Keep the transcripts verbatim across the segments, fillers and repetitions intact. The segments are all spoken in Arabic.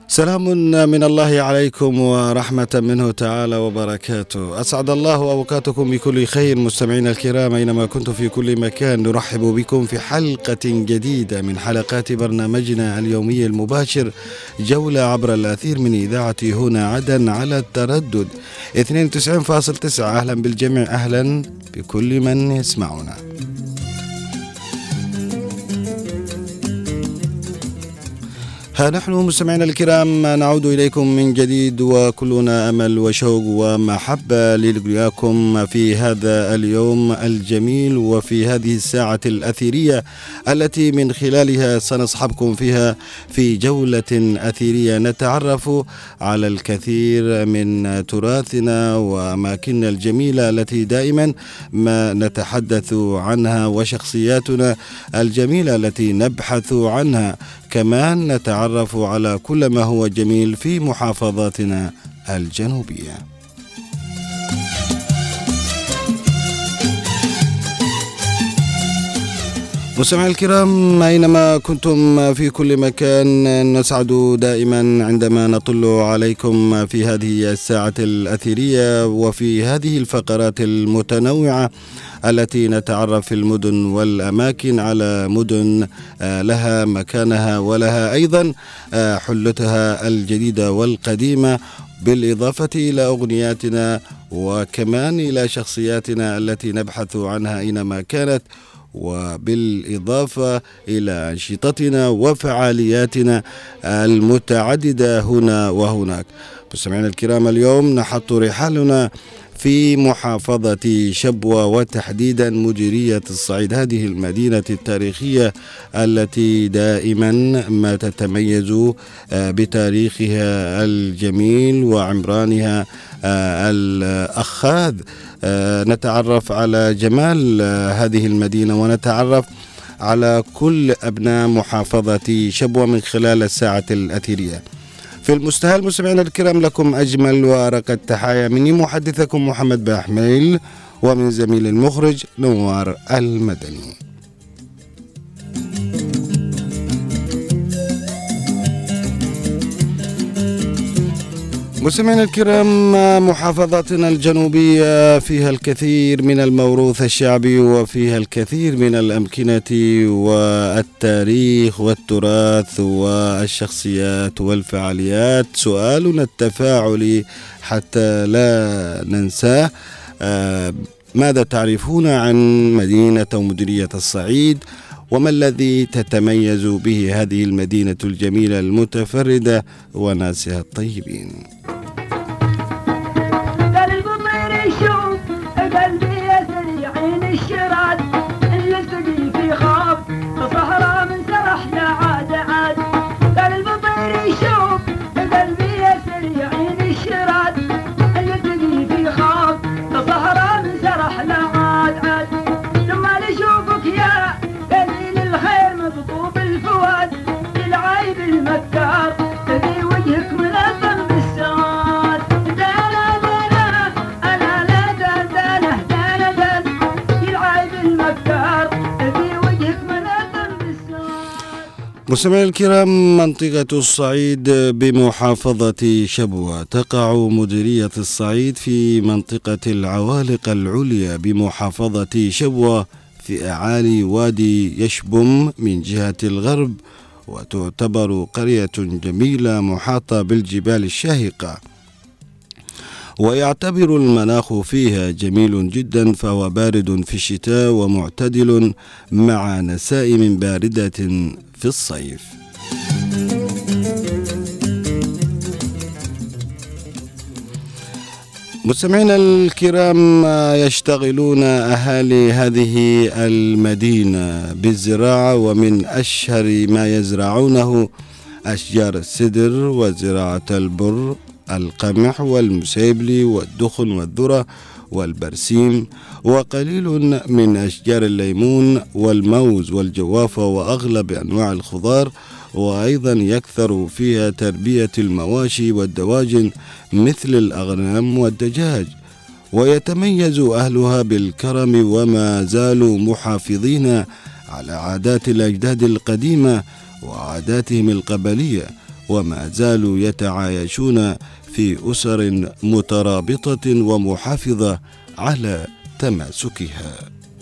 سلام من الله عليكم ورحمة منه تعالى وبركاته. أسعد الله أوقاتكم بكل خير مستمعينا الكرام أينما كنتم في كل مكان. نرحب بكم في حلقة جديدة من حلقات برنامجنا اليومي المباشر جولة عبر الأثير من إذاعة هنا عدن على التردد اثنين وتسعين فاصلة تسعة. أهلا بالجميع، أهلا بكل من يسمعنا. ها نحن مستمعينا الكرام نعود إليكم من جديد وكلنا أمل وشوق ومحبة للقياكم في هذا اليوم الجميل وفي هذه الساعة الأثيرية التي من خلالها سنصحبكم فيها في جولة أثيرية نتعرف على الكثير من تراثنا وأماكننا الجميلة التي دائما ما نتحدث عنها وشخصياتنا الجميلة التي نبحث عنها. كمان نتعرف على كل ما هو جميل في محافظاتنا الجنوبية. مستمعي الكرام أينما كنتم في كل مكان، نسعد دائما عندما نطل عليكم في هذه الساعة الأثيرية وفي هذه الفقرات المتنوعة التي نتعرف في المدن والأماكن على مدن لها مكانها ولها أيضا حلتها الجديدة والقديمة، بالإضافة إلى أغنياتنا وكمان إلى شخصياتنا التي نبحث عنها أينما كانت، وبالإضافة إلى أنشطتنا وفعالياتنا المتعددة هنا وهناك. مستمعينا الكرام، اليوم نحط رحالنا في محافظة شبوة وتحديدا مديرية الصعيد، هذه المدينة التاريخية التي دائما ما تتميز بتاريخها الجميل وعمرانها الأخاذ. نتعرف على جمال هذه المدينة ونتعرف على كل أبناء محافظة شبوة من خلال الساعة الأثيرية. في المستهل مستمعينا الكرام لكم أجمل وأرق التحايا مني محدثكم محمد باحميل ومن زميل المخرج نوار المدني. مستمعينا الكرام، محافظاتنا الجنوبية فيها الكثير من الموروث الشعبي وفيها الكثير من الأمكنة والتاريخ والتراث والشخصيات والفعاليات. سؤالنا التفاعلي حتى لا ننساه، ماذا تعرفون عن مدينة ومديرية الصعيد؟ وما الذي تتميز به هذه المدينة الجميلة المتفردة وناسها الطيبين؟ قال القمر يشوف قلبي يسري عين الشراد اللي تقي في خاف صحراء من سرح لا عاد عاد. قال القمر يشوف قلبي يسري عين الشراد اللي تقي في خاف صحراء من سرح لا عاد عاد. ثم نشوفك يا الخير مضبوب الفؤاد العيب المكار تبي وجهك منظم بالسواد. دانا دانا انا لا دانا دانا دانا العيب المكار تبي وجهك منظم بالسواد. مستمعي الكرام، منطقة الصعيد بمحافظة شبوة. تقع مديرية الصعيد في منطقة العوالق العليا بمحافظة شبوة في أعالي وادي يشبم من جهة الغرب، وتعتبر قرية جميلة محاطة بالجبال الشاهقة، ويعتبر المناخ فيها جميل جدا، فهو بارد في الشتاء ومعتدل مع نسائم باردة في الصيف. مستمعينا الكرام، يشتغلون أهالي هذه المدينة بالزراعة، ومن أشهر ما يزرعونه أشجار السدر وزراعة البر، القمح والمسيبلي والدخن والذرة والبرسيم، وقليل من أشجار الليمون والموز والجوافة وأغلب أنواع الخضار. وأيضا يكثر فيها تربية المواشي والدواجن مثل الأغنام والدجاج. ويتميز أهلها بالكرم وما زالوا محافظين على عادات الأجداد القديمة وعاداتهم القبلية، وما زالوا يتعايشون في أسر مترابطة ومحافظة على تماسكها.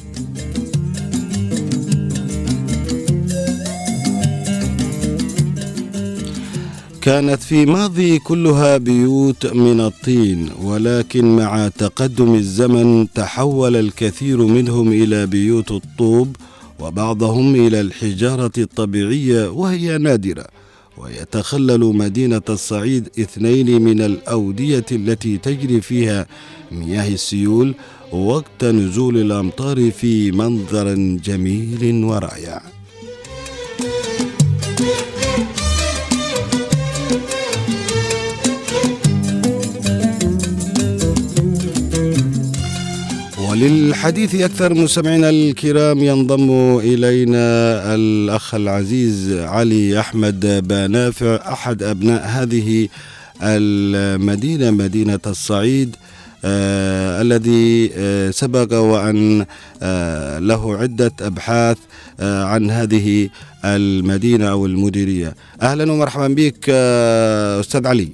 كانت في ماضي كلها بيوت من الطين، ولكن مع تقدم الزمن تحول الكثير منهم إلى بيوت الطوب، وبعضهم إلى الحجارة الطبيعية وهي نادرة. ويتخلل مدينة الصعيد اثنين من الأودية التي تجري فيها مياه السيول وقت نزول الأمطار في منظر جميل ورائع. وللحديث أكثر مستمعينا الكرام ينضم إلينا الأخ العزيز علي أحمد بانافع، أحد أبناء هذه المدينة، مدينة الصعيد، آه الذي آه سبق وأن آه له عدة أبحاث آه عن هذه المدينة أو المديرية. أهلا ومرحبا بك آه أستاذ علي.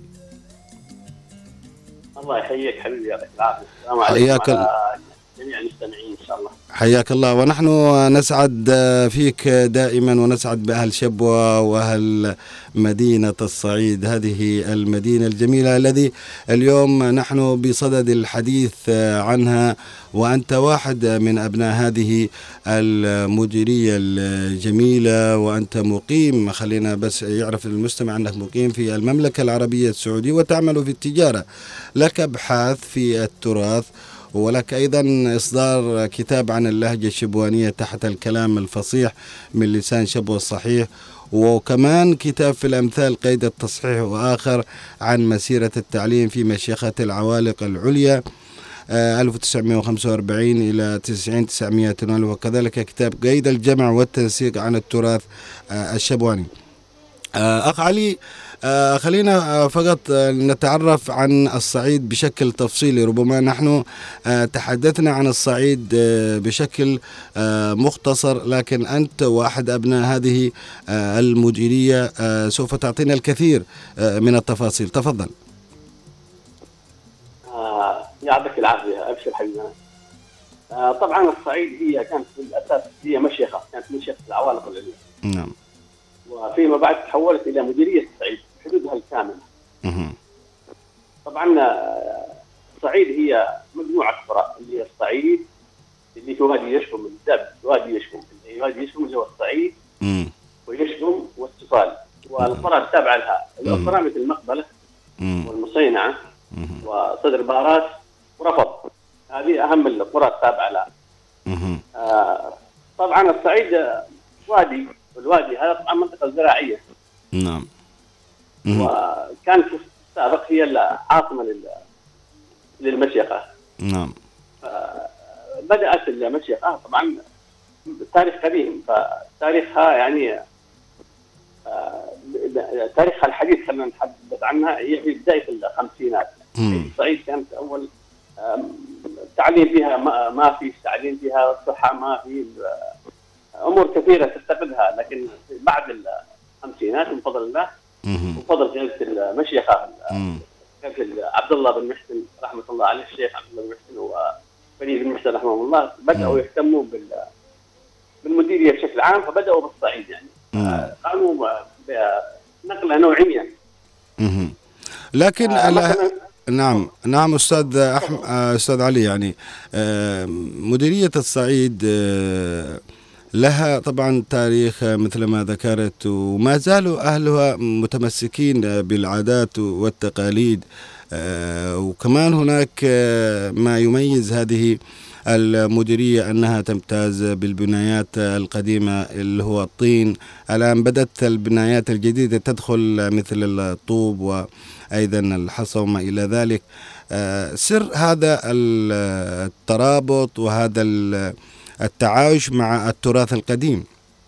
الله يحييك حبيبي، يعطيك العافية. السلام عليكم وعلى جميع المستمعين إن شاء الله. حياك الله، ونحن نسعد فيك دائما ونسعد بأهل شبوة وأهل مدينة الصعيد، هذه المدينة الجميلة الذي اليوم نحن بصدد الحديث عنها، وأنت واحد من أبناء هذه المديرية الجميلة، وأنت مقيم، خلينا بس يعرف المستمع أنك مقيم في المملكة العربية السعودية وتعمل في التجارة، لك أبحاث في التراث، ولك أيضا إصدار كتاب عن اللهجة الشبوانية تحت الكلام الفصيح من لسان شبوة الصحيح، وكمان كتاب في الأمثال قيد التصحيح، وآخر عن مسيرة التعليم في مشيخة العوالق العليا ألف وتسعمائة وخمسة وأربعين إلى تسعين تسعمائة وثمانين، وكذلك كتاب قيد الجمع والتنسيق عن التراث الشبواني. أخ علي، آه خلينا فقط نتعرف عن الصعيد بشكل تفصيلي. ربما نحن آه تحدثنا عن الصعيد آه بشكل آه مختصر، لكن أنت واحد أبناء هذه آه المديرية آه سوف تعطينا الكثير آه من التفاصيل. تفضل. آه يعطيك العافية، أبشر حبيبي. آه طبعا الصعيد هي كانت في الأساس هي مشيخة، كانت مشيخة العوالق العليا. نعم. وفيما بعد تحولت إلى مديرية الصعيد حدودها الكاملة. طبعا الصعيد هي مجموعة قرى، اللي هي الصعيد اللي في وادي يشكم، بالذات وادي يشكم، وادي يشكم اللي هو الصعيد ويشكم والسفال، والقرى التابعة لها القرى مثل المقبلة والمصينعة وصدر باراس ورفض، هذه أهم القرى التابعة لها. آه طبعا الصعيد وادي، والوادي هذا طبعا منطقة زراعية. نعم. وكان في السابق هي العاصمة للمشيخة. نعم. بدأت المشيخة طبعا تاريخ قديم، فتاريخها يعني تاريخها الحديث خلينا نتحدث عنها هي في بداية الخمسينات. الصعيد كانت أول تعليم فيها ما في تعليم فيها الصحة، ما في أمور كثيرة تفتقدها، لكن بعد الخمسينات من فضل الله وفضل قيادة المشيخة عبد الله بن محسن رحمة الله عليه، الشيخ عبد الله بن محسن وفريد بن محسن رحمه الله، بدأوا يهتموا بال بالمديرية بشكل عام، فبدأوا بالصعيد يعني قاموا بنقلة نوعية. لكن آه نعم نعم أستاذ أحمد، أستاذ علي، يعني مديرية الصعيد لها طبعا تاريخ مثل ما ذكرت، وما زالوا أهلها متمسكين بالعادات والتقاليد، وكمان هناك ما يميز هذه المديرية أنها تمتاز بالبنايات القديمة اللي هو الطين. الآن بدأت البنايات الجديدة تدخل مثل الطوب وأيضا الحصى وما إلى ذلك. سر هذا الترابط وهذا التعايش مع التراث القديم.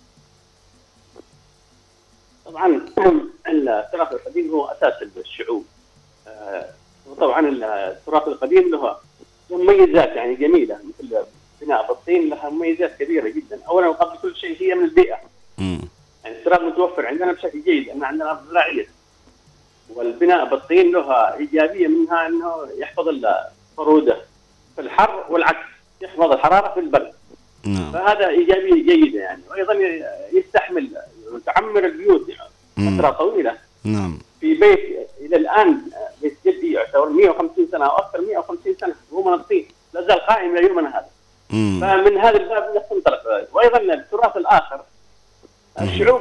طبعا التراث القديم هو أساس الشعوب، وطبعا التراث القديم له مميزات يعني جميلة، مثل بناء بالطين لها مميزات كبيرة جدا. أولا وقبل كل شيء هي من البيئة. م. يعني التراث متوفر عندنا بشكل جيد، لأن عندنا أرض زراعية والبناء بالطين له إيجابية منها أنه يحفظ البرودة في الحر، والعكس يحفظ الحرارة في البرد. نعم. فهذا إيجابية جيدة يعني. وأيضا يستحمل وتعمر البيوت يعني فترة طويلة. نعم. في بيت إلى الآن بيت جدي يعتبر مئة وخمسين سنة أو أكثر، مئة وخمسين سنة وهو من الطين، لا زال قائم إلى يومنا هذا. مم. فمن هذا الباب ننطلق. وأيضا التراث الآخر، الشعوب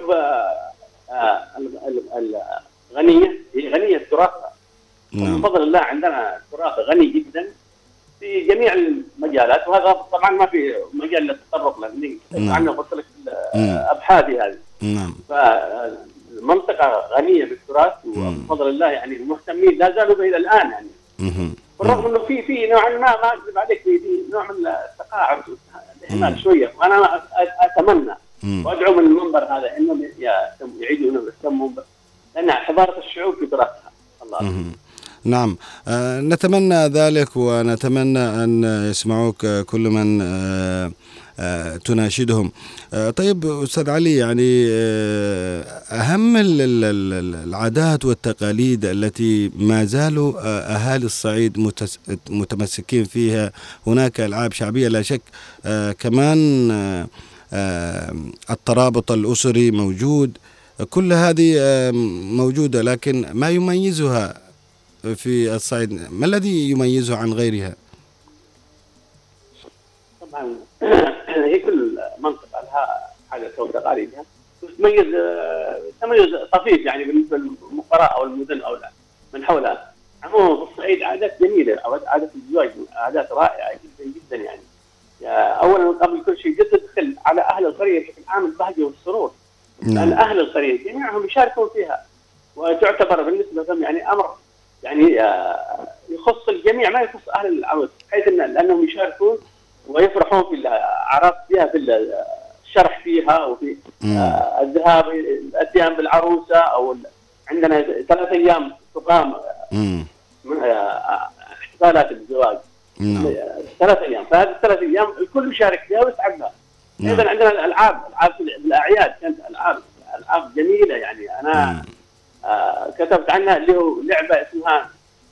الغنية هي غنية التراث. نعم. بفضل الله عندنا تراث غني جدا في جميع المجالات، وهذا طبعا ما في مجال للتطرق له. نعم. عنه قلت لك أبحاثي هذه. نعم. فالمنطقة غنية بالتراث وبفضل الله يعني المهتمين لا زالوا به إلى الآن يعني. بالرغم انه في في نوعا ما ما اكذب عليك في نوع من التقاعس احتمال شويه، وانا اتمنى وادعو من المنبر هذا انهم يعيدوا انهم يهتموا لان حضاره الشعوب في تراثها. الله. نعم. آه نتمنى ذلك، ونتمنى ان يسمعوك كل من آه آه تناشدهم. آه طيب أستاذ علي، يعني آه أهم العادات والتقاليد التي ما زالوا آه أهالي الصعيد متمسكين فيها، هناك ألعاب شعبية لا شك، آه كمان آه آه الترابط الأسري موجود، كل هذه آه موجودة، لكن ما يميزها في الصعيد، ما الذي يميزها عن غيرها؟ طبعا هي كل منطقة لها حاجة أو تقاليدها تميز تميز طفيف يعني بالنسبة للقرى أو المدن أو لا من حولها. عموما في الصعيد عادات جميلة، عادات الزواج عادات رائعة جدا جدا يعني. أولا قبل كل شيء جد تدخل على أهل القرية بشكل عام البهجة والسرور، لأن أهل القرية جميعهم يشاركون فيها، وتعتبر بالنسبة لهم يعني أمر يعني يخص الجميع ما يخص أهل العروس، حيث أن لأنهم يشاركون ويفرحون في الأعراس فيها، في الشرح فيها، وفي آه الذهاب الاتيان بالعروسة، أو عندنا ثلاث أيام تقام من آه احتفالات الزواج. ثلاث أيام، فهذه الثلاث أيام الكل يشارك فيها ويسعد لها. أيضا عندنا الألعاب، ألعاب الأعياد كانت ألعاب ألعاب جميلة يعني. أنا آه كتبت عنها اللي هو لعبة اسمها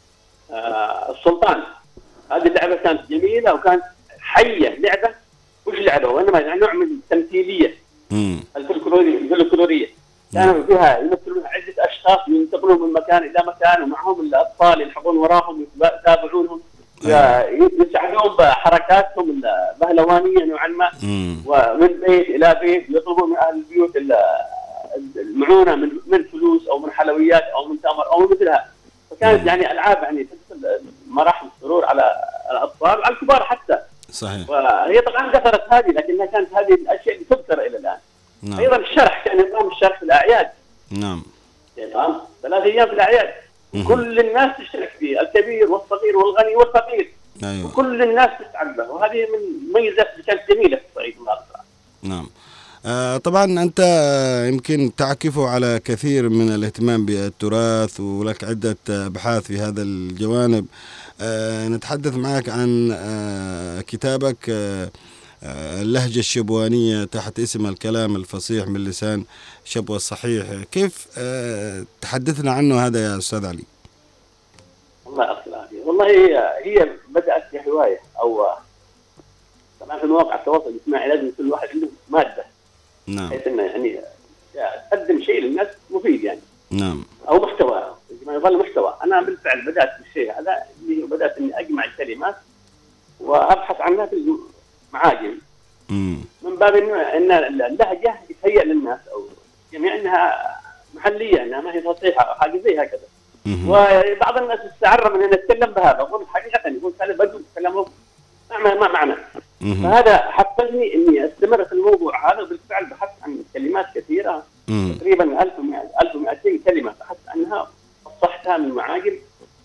آه السلطان. هذه اللعبة كانت جميلة وكانت حية، لعبة مش لعبة وإنما يعني نوع من التمثيلية الفلكلورية الفلكلورية كانوا فيها يمثلون عدة أشخاص ينتقلون من مكان إلى مكان، ومعهم الأطفال يلحقون وراهم ويتابعونهم، يساعدون بحركاتهم البهلوانية نوعا ما، ومن بيت إلى بيت يطلبون من أهل البيوت المعونة من من فلوس أو من حلويات أو من تمر أو مثلها. فكانت يعني ألعاب يعني تدخل مراحل السرور على الأطفال وعلى الكبار حتى. صحيح. وهي طبعا دخلت هذه، لكنها كانت هذه الأشياء اللي تذكر إلى الآن. نعم. أيضا الشرح، كان يقام الشرح في الأعياد. نعم. يقام ثلاث أيام في الأعياد، كل الناس تشترك فيه، الكبير والصغير والغني والفقير. أيوة. وكل الناس تسعد له، وهذه من ميزات كانت جميلة في الصعيد. نعم. آه طبعا أنت يمكن تعكف على كثير من الاهتمام بالتراث، ولك عدة أبحاث في هذا الجوانب. آه نتحدث معك عن آه كتابك آه اللهجة الشبوانية تحت اسم الكلام الفصيح من لسان شبوة الصحيح. كيف آه تحدثنا عنه هذا يا أستاذ علي؟ الله يعطيك العافية. والله هي هي بدأت كهواية، أو طبعا في مواقع التواصل الاجتماعي لازم كل واحد عنده مادة. نعم. بحيث انه يعني تقدم شيء للناس مفيد يعني. نعم. او محتوى، ما يظل محتوى. انا بالفعل بدات بالشيء هذا، اللي بدات اني اجمع الكلمات وابحث عنها في المعاجم. امم من باب انه ان اللهجه يتهيأ للناس او جميع انها محليه، انها ما هي فصيحه او حاجه زي هكذا. وبعض الناس يستعر من ان نتكلم بهذا، يقول حقيقه يقول هذا بدو كلامه ما ما معنى. فهذا حفزني اني استمر في الموضوع هذا، وبالفعل بحثت عن كلمات كثيره، مم. تقريبا ألف ومئتين كلمه بحثت عنها وصحتها من المعاجم،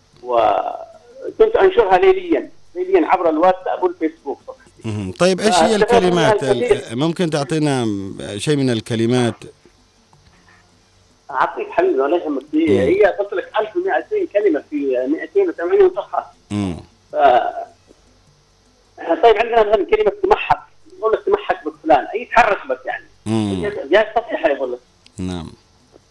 وكنت انشرها ليليا ليليا عبر الواتساب والفيسبوك. طيب ايش هي الكلمات؟ ممكن تعطينا شيء من الكلمات؟ اعطيك حبيبي ولا يهمك. هي قلت لك ألف ومئتين كلمه في مئتين وثمانين صفحه. امم ف طيب عندنا مثلا كلمه تمحك، يقول لك تمحك بفلان، اي يتحرك بس يعني. جاء فصيحه يقول لك. نعم.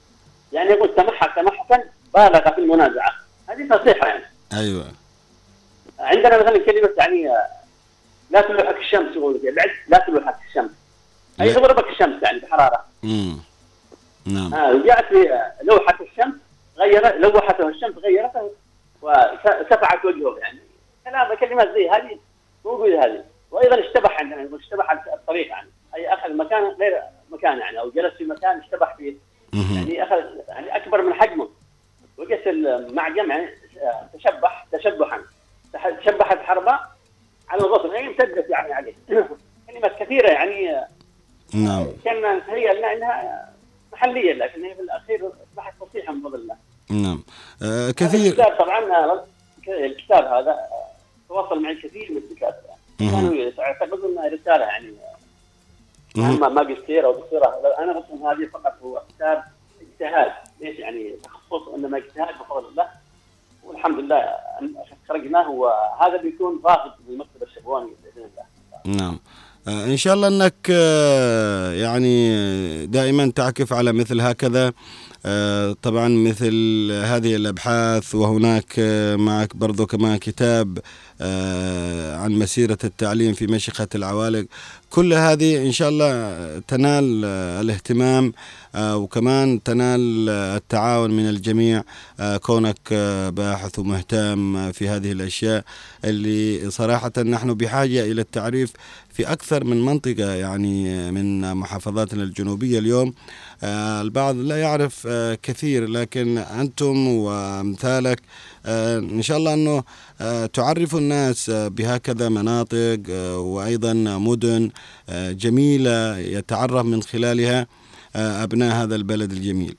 يعني يقول تمحك تمحكا بالغ في المنازعة، هذه فصيحة يعني. أيوة. عندنا مثلا كلمة يعني لا تلوحك الشمس، يقول بعد لا تلوحك الشمس، أي تضربك الشمس يعني بحرارة. امم نعم. آه جاءت في لوحة الشمس غير لوحته الشمس غيرته وسفعت وجهه، يعني كلام كلمات زي هذه موجودة هذه. وأيضا اشتبح عندنا، يقول اشتبح الطريق يعني أي أخذ مكان غير مكان يعني، أو جلس في مكان اشتبح فيه يعني أخذ يعني أكبر من حجمه، وجس المعجم يعني تشبح تشبحا تشبحت حربة على الغصن، يعني امتدت يعني عليه كلمات كثيرة يعني. نعم. كان تهيأ انها محلية، لكن هي في الأخير أصبحت فصيحة من فضل الله. نعم. آه كثير. الكتاب طبعا الكتاب هذا تواصل معي كثير من الدكاترة يعني. كانوا يعتقدون انها رسالة يعني اما ماجستير او دكتوراه، انا رسم هذه فقط هو كتاب اجتهاد، ليش يعني تخصص انما اجتهاد بفضل الله، والحمد لله خرجناه، وهذا بيكون ضاغط بالمكتبة الشبواني باذن الله. نعم. آه ان شاء الله انك آه يعني دائما تعكف على مثل هكذا. آه طبعا مثل هذه الابحاث، وهناك آه معك برضو كمان كتاب آه عن مسيرة التعليم في مشيخة العوالق. كل هذه إن شاء الله تنال آه الاهتمام آه وكمان تنال آه التعاون من الجميع، آه كونك آه باحث ومهتم في هذه الأشياء اللي صراحة نحن بحاجة إلى التعريف في أكثر من منطقة يعني من محافظاتنا الجنوبية اليوم. آه البعض لا يعرف آه كثير، لكن أنتم وأمثالك آه إن شاء الله أنه آه تعرفوا الناس آه بهكذا مناطق آه وأيضا مدن آه جميلة يتعرف من خلالها آه أبناء هذا البلد الجميل.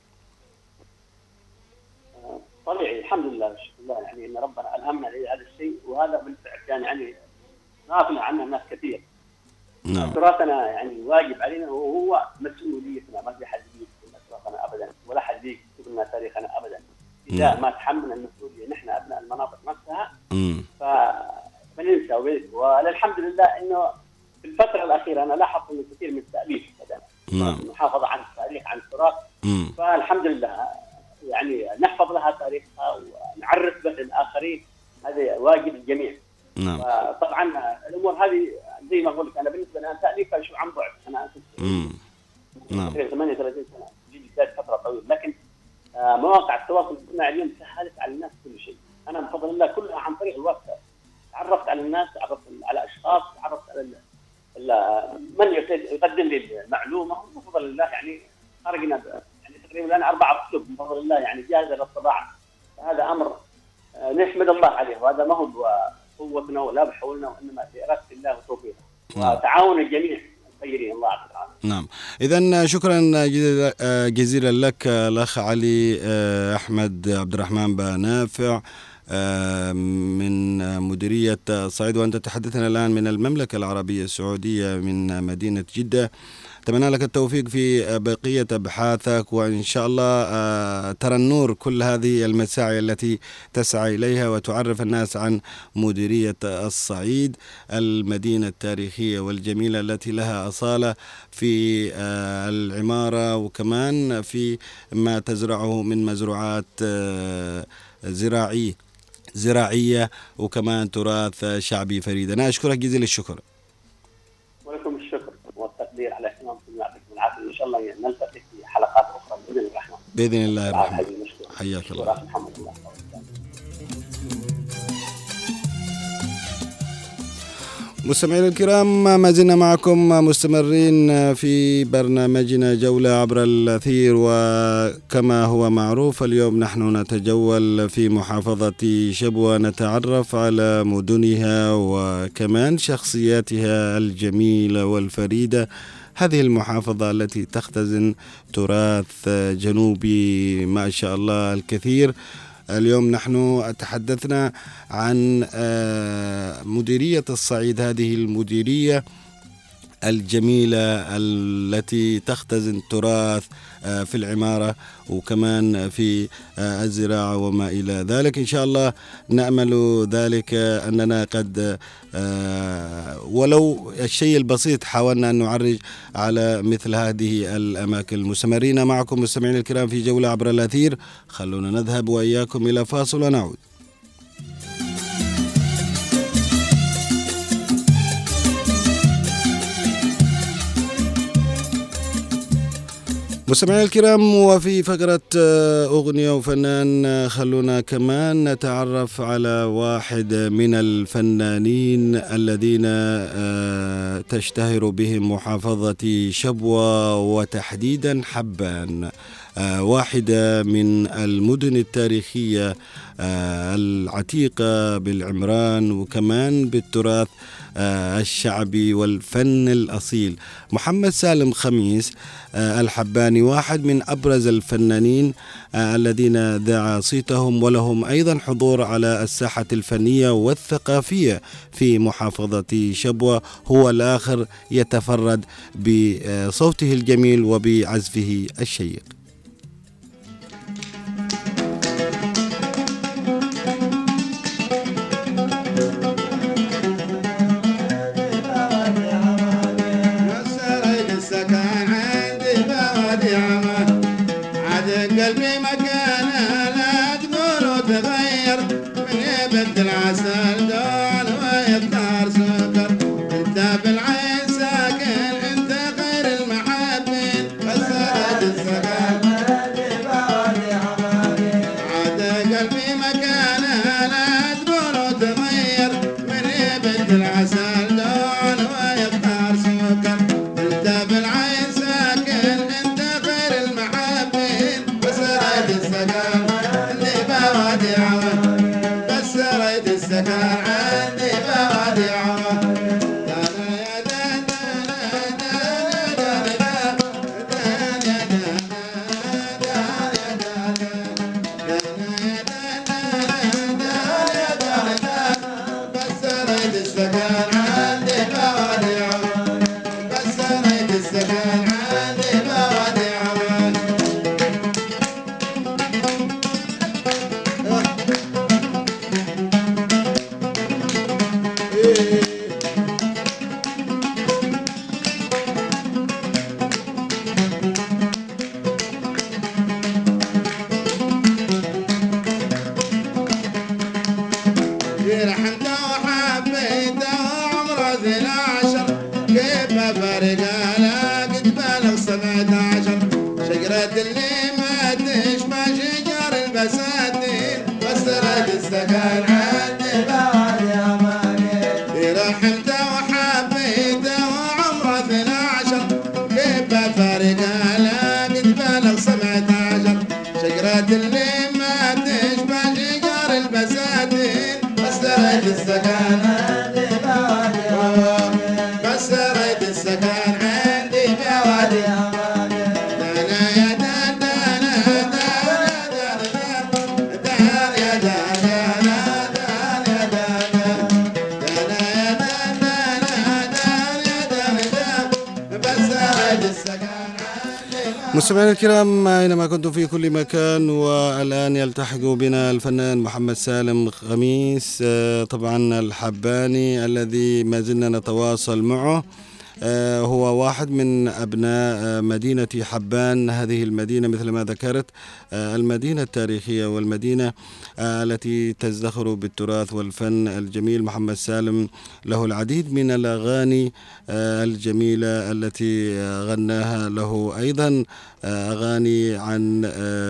طبيعي الحمد لله والشكر لله يعني إن ربنا ألهمنا هذا الشيء، وهذا بالفعل كان يعني غافل عنه الناس كثير. نعم. تراثنا يعني واجب علينا وهو مسؤوليتنا، ما في حد يكتب تراثنا ابدا ولا حد يكتب لنا تاريخنا ابدا اذا ما تحملنا المسؤوليه نحن ابناء المناطق نفسها. فبننسى وللحمد لله انه في الفتره الاخيره انا لاحظت انه كثير من التاليف بدأنا المحافظه عن التاريخ عن التراث، فالحمد لله يعني نحفظ لها تاريخها ونعرف به الاخرين، هذا واجب الجميع. نعم. طبعا الامور هذه زي ما اقول لك انا بالنسبه لي تاليفها شو عن بعد، انا امم نعم ثمانية وثلاثين سنه جيت ذات فتره طويله، لكن آه مواقع التواصل الاجتماعي اليوم سهلت على الناس كل شيء. انا بفضل الله كلها عن طريق الواتساب، تعرفت على الناس، تعرفت على اشخاص، تعرفت على من يقدم لي المعلومه بفضل الله. يعني خرجنا يعني تقريبا الان اربعه كتب بفضل الله يعني جاهزه للطباعه، هذا امر آه نحمد الله عليه، وهذا ما هو قوتنا ولا بحولنا، وانما باراده الله وتوفيقه وتعاون الجميع الخيرين الله تعالى. نعم. اذا شكرا جزيلا لك الاخ علي احمد عبد الرحمن بنافع من مديريه الصعيد، وانت تحدثنا الان من المملكه العربيه السعوديه من مدينه جده. أتمنى لك التوفيق في بقية أبحاثك، وإن شاء الله ترى النور كل هذه المساعي التي تسعى إليها، وتعرف الناس عن مديرية الصعيد، المدينة التاريخية والجميلة التي لها أصالة في العمارة، وكمان في ما تزرعه من مزروعات زراعية زراعية وكمان تراث شعبي فريد. أنا أشكرك جزيل الشكر. ولكم الشكر والتقدير على اهتمامكم، يعطيكم العافية. إن شاء الله نلتقي في حلقات أخرى بإذن الرحمن. بإذن الله الرحمن. حياك الله. محمد الله. مستمعينا الكرام، ما زلنا معكم مستمرين في برنامجنا جولة عبر الأثير، وكما هو معروف اليوم نحن نتجول في محافظة شبوة، نتعرف على مدنها وكمان شخصياتها الجميلة والفريدة. هذه المحافظة التي تختزن تراث جنوبي ما شاء الله الكثير. اليوم نحن تحدثنا عن مديرية الصعيد. هذه المديرية الجميلة التي تختزن التراث في العمارة وكمان في الزراعة وما إلى ذلك. إن شاء الله نأمل ذلك أننا قد ولو الشيء البسيط حاولنا أن نعرج على مثل هذه الأماكن. مستمرين معكم مستمعين الكرام في جولة عبر الأثير. خلونا نذهب وإياكم إلى فاصل ونعود. مستمعينا الكرام، وفي فقرة أغنية وفنان خلونا كمان نتعرف على واحد من الفنانين الذين تشتهر بهم محافظة شبوة وتحديدا حبان، واحدة من المدن التاريخية العتيقة بالعمران وكمان بالتراث الشعبي والفن الأصيل. محمد سالم خميس الحباني واحد من أبرز الفنانين الذين ذاع صيتهم ولهم أيضا حضور على الساحة الفنية والثقافية في محافظة شبوة. هو الآخر يتفرد بصوته الجميل وبعزفه الشيق. مستمعينا الكرام أينما كنتم في كل مكان، والآن يلتحق بنا الفنان محمد سالم خميس طبعا الحباني الذي ما زلنا نتواصل معه. هو واحد من أبناء مدينة حبان، هذه المدينة مثل ما ذكرت المدينة التاريخية والمدينة التي تزدخر بالتراث والفن الجميل. محمد سالم له العديد من الأغاني الجميلة التي غناها، له أيضا أغاني عن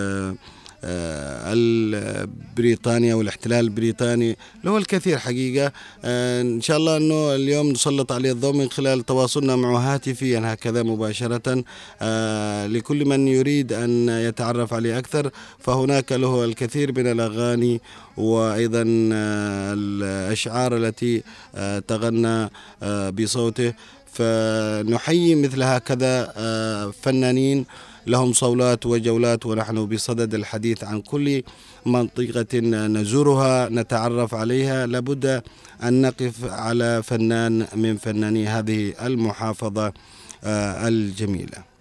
بريطانيا والاحتلال البريطاني، له الكثير حقيقة. إن شاء الله أنه اليوم نسلط عليه الضوء من خلال تواصلنا معه هاتفيا هكذا مباشرة. لكل من يريد أن يتعرف عليه أكثر فهناك له الكثير من الأغاني وأيضا الأشعار التي تغنى بصوته. فنحيي مثل هكذا فنانين لهم صولات وجولات، ونحن بصدد الحديث عن كل منطقة نزورها نتعرف عليها. لابد أن نقف على فنان من فناني هذه المحافظة الجميلة.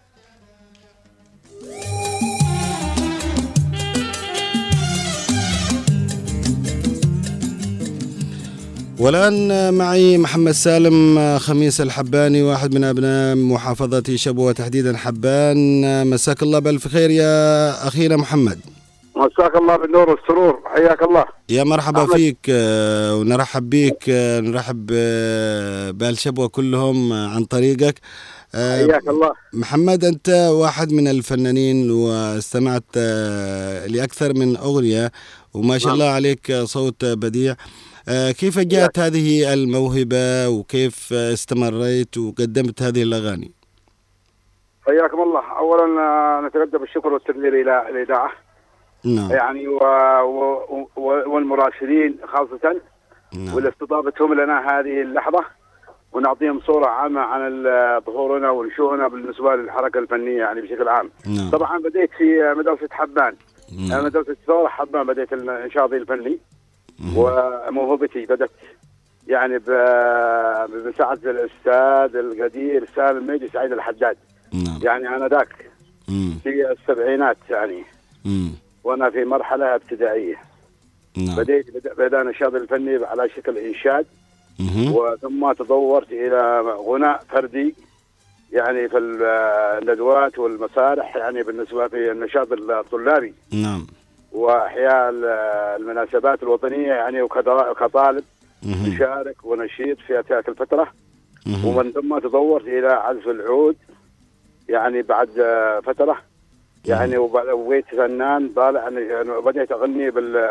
والآن معي محمد سالم خميس الحباني، واحد من أبناء محافظة شبوة تحديدا حبان. مساك الله بألف خير يا أخينا محمد. مساك الله بالنور والسرور، حياك الله. يا مرحبا أحمد. فيك ونرحب بيك، نرحب بأهل شبوة كلهم عن طريقك. حياك الله محمد، أنت واحد من الفنانين واستمعت لأكثر من أغنية وما شاء الله عليك صوت بديع. كيف جاءت هذه الموهبة وكيف استمريت وقدمت هذه الأغاني؟ حياكم الله. أولا نتقدم بالشكر والتقدير إلى الإذاعة نعم. يعني و... و... والمراسلين خاصة نعم. والاستضافتهم لنا هذه اللحظة ونعطيهم صورة عامة عن ظهورنا ونشوهنا بالنسبة للحركة الفنية يعني بشكل عام نعم. طبعا بديت في مدرسة حبان نعم. مدرسة ثورة حبان بديت النشاطي الفني وموهبتي بدأت يعني بمساعدة الأستاذ القدير سالم ميدي سعيد الحداد نعم. يعني أنا ذاك في السبعينات يعني مم. وأنا في مرحلة ابتدائية نعم. بديت بدأ نشاطي الفني على شكل إنشاد وثم تطورت إلى غناء فردي يعني في الندوات والمسارح يعني بالنسبة في النشاط الطلابي نعم. وإحياء المناسبات الوطنية يعني وكطالب مشارك ونشيط في تلك الفترة ومن ثم تطورت إلى عزف العود يعني بعد فترة يعني وبقيت فنان طالع يعني بديت أغني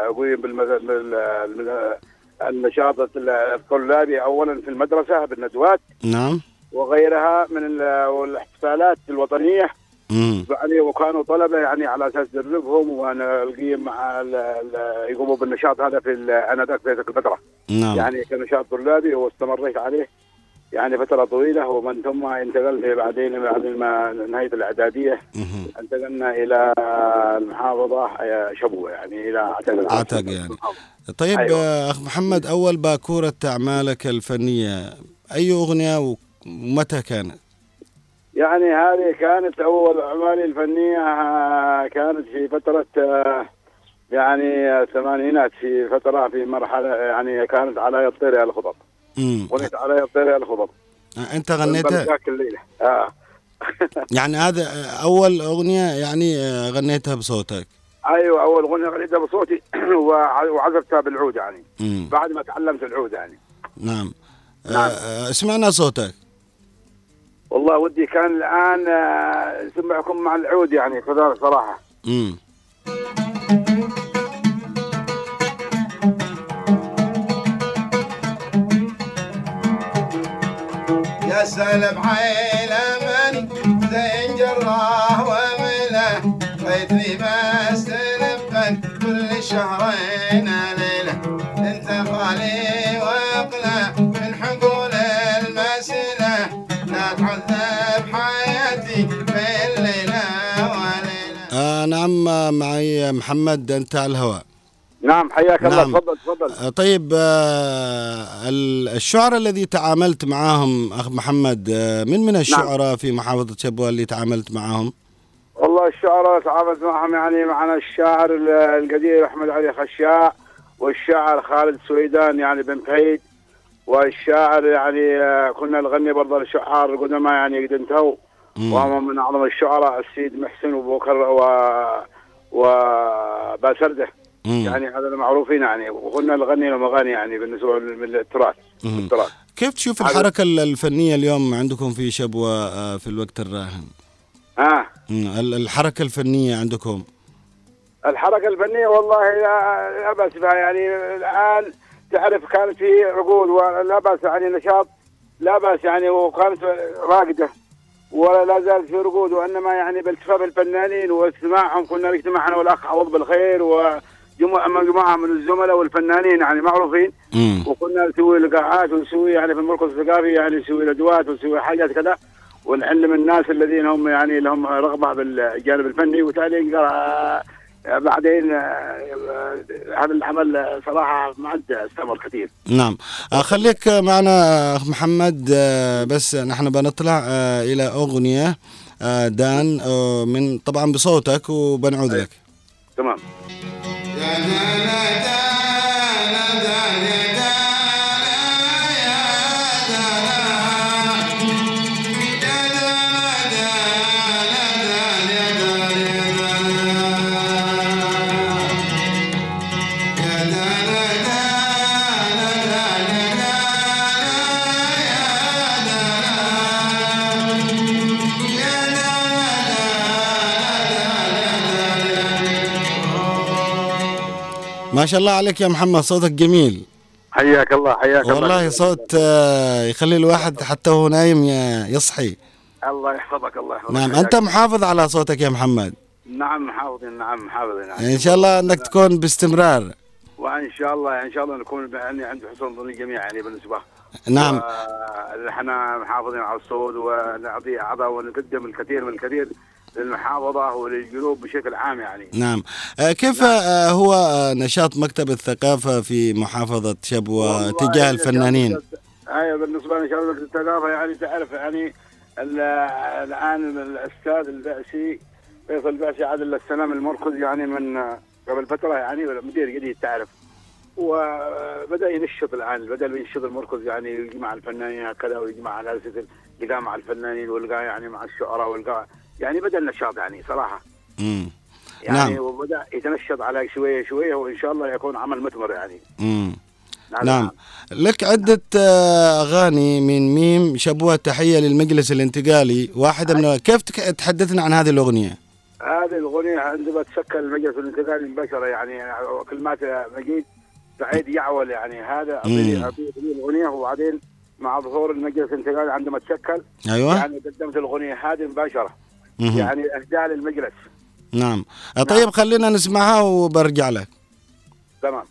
بالنشاط الطلابي أولا في المدرسة بالندوات نعم وغيرها من الاحتفالات الوطنية امم يعني وكانوا طلبة يعني على أساس دربهم وأنا ألقيهم مع يقوموا بالنشاط هذا في أنا ذاك في ذيك الفترة نعم. يعني كنشاط طلابي واستمريت عليه يعني فترة طويلة ومن ثم انتقلت بعدين بعد ما نهاية الإعدادية انتقلنا إلى المحافظة شبوة يعني إلى عتاق عتاق يعني. طيب أيوة. أخ محمد، أول باكورة أعمالك الفنية أي أغنية ومتى كانت؟ يعني هذه كانت أول أعمالي الفنية كانت في فترة يعني الثمانينات في فترة في مرحلة يعني كانت على يطير الخطب غنيت على يطير الخطب. أنت غنيتها؟ الليلة آه. يعني هذا أول أغنية يعني غنيتها بصوتك؟ أيوة أول أغنية غنيتها بصوتي وعزفتها بالعود يعني مم. بعد ما تعلمت العود يعني. نعم, نعم. آه سمعنا صوتك. والله ودي كان الآن سمعكم مع العود يعني كذا صراحة. امم يا سلام عيلمني زين جراه ومله بيتني بس تلفن كل شهرين ليلة انت خالي واقلع من حقول المسله لا تعذب حياتي بين ليلة وليلة. آه نعم معي محمد أنت على الهواء. نعم حياك نعم. الله تفضل تفضل. طيب آه الشعراء الذي تعاملت معهم أخ محمد آه من من الشعراء نعم. في محافظة شبوة اللي تعاملت معهم؟ والله الشعراء تعاملت معهم يعني معنا الشاعر القدير أحمد علي خشاع والشاعر خالد سويدان يعني بن فهيد والشاعر يعني آه كنا نغني برضه الشعار القدماء يعني قد انتهوا وهم من أعظم الشعراء السيد محسن وبوكر و وباسرده يعني هذا المعروفين يعني وكنا نغني لهم اغاني يعني بالنسبه للتراث. التراث كيف تشوف الحركه الفنيه اليوم عندكم في شبوه في الوقت الراهن؟ اه الحركه الفنيه عندكم؟ الحركه الفنيه والله لا باس بها يعني الان تعرف كانت في عقود ولا باس يعني نشاط لا باس يعني وكانت راقده ولا لا زالت في رقود وانما يعني بالتفاف الفنانين واستماعهم كنا نجتمع انا والاخ عوض بالخير و مجموعة من الزملاء والفنانين يعني معروفين مم. وكنا نسوي لقاءات ونسوي يعني في المركز الثقافي يعني نسوي ندوات ونسوي حاجات كذا ونعلم الناس الذين هم يعني لهم رغبة بالجانب الفني، وتالي بعدين هذا العمل صراحة ما عاد استمر كثير. نعم. خليك معنا أخ محمد، بس نحن بنطلع إلى أغنية دان من طبعا بصوتك وبنعود لك. تمام. ما شاء الله عليك يا محمد، صوتك جميل. حياك الله. حياك الله والله. صوت يخلي الواحد حتى وهو نايم يصحي. الله يحفظك. الله يحفظك. نعم. أنت محافظ على صوتك يا محمد؟ نعم محافظين. نعم محافظين. إن شاء الله أنك تكون باستمرار. وإن شاء الله إن شاء الله نكون يعني عند حسن ظن الجميع يعني بالنسبة. نعم. احنا محافظين على الصوت ونعطي أعضاء ونقدم الكثير من الكثير للمحافظة وللجنوب بشكل عام يعني. نعم. كيف نعم. هو نشاط مكتب الثقافة في محافظة شبوة تجاه الفنانين؟ أيوة بالنسبة لنشاط مكتب الثقافة يعني تعرف يعني الآن الأستاذ البعثي فيصل البعثي عاد السلام المركز يعني من قبل فترة يعني مدير جديد تعرف، وبدأ ينشط الآن، بدأ ينشط المركز يعني يجمع الفنانين هكذا ويجمع على أساس يلقى مع الفنانين والقى يعني مع الشعراء والقى يعني بدأ النشاط يعني صراحة. امم يعني نعم. وبدأ يتنشط على شوية شوية وإن شاء الله يكون عمل مثمر يعني. امم نعم. نعم. لك عدة أغاني من ميم شبوة تحية للمجلس الانتقالي، واحدة من كيف تحدثنا عن هذه الأغنية؟ هذه الأغنية عندما تشكل المجلس الانتقالي مباشرة يعني كلمات مجيد سعيد يعول يعني هذا أعطيه الأغنية، وبعدين مع ظهور المجلس الانتقالي عندما تشكل أيوة يعني قدمت الأغنية هذه مباشرة مم. يعني إهداء للمجلس. نعم. طيب نعم. خلينا نسمعها وبرجع لك. تمام.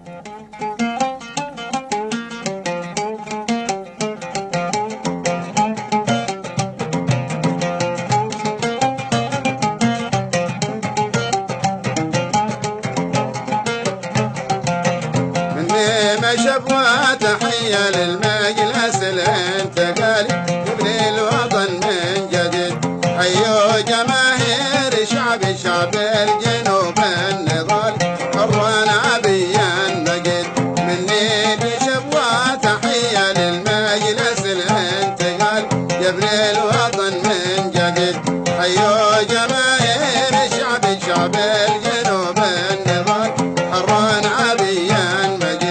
شبوة تحية للمجلس الانتقالي ابن الوطن من جديد، حيوا جماهير شعب شعب الجنوب النضال حرا عبيا مجيد، مني بشبوة تحية للمجلس الانتقالي ابن الوطن من جديد، حيوا جماهير شعب شعب الجنوب النضال حرا عبيا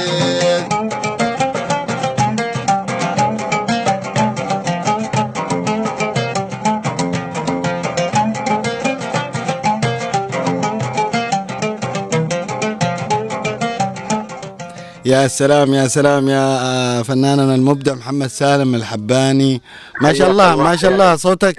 يا سلام يا سلام يا فناننا المبدع محمد سالم الحباني. ما شاء الله ما شاء الله صوتك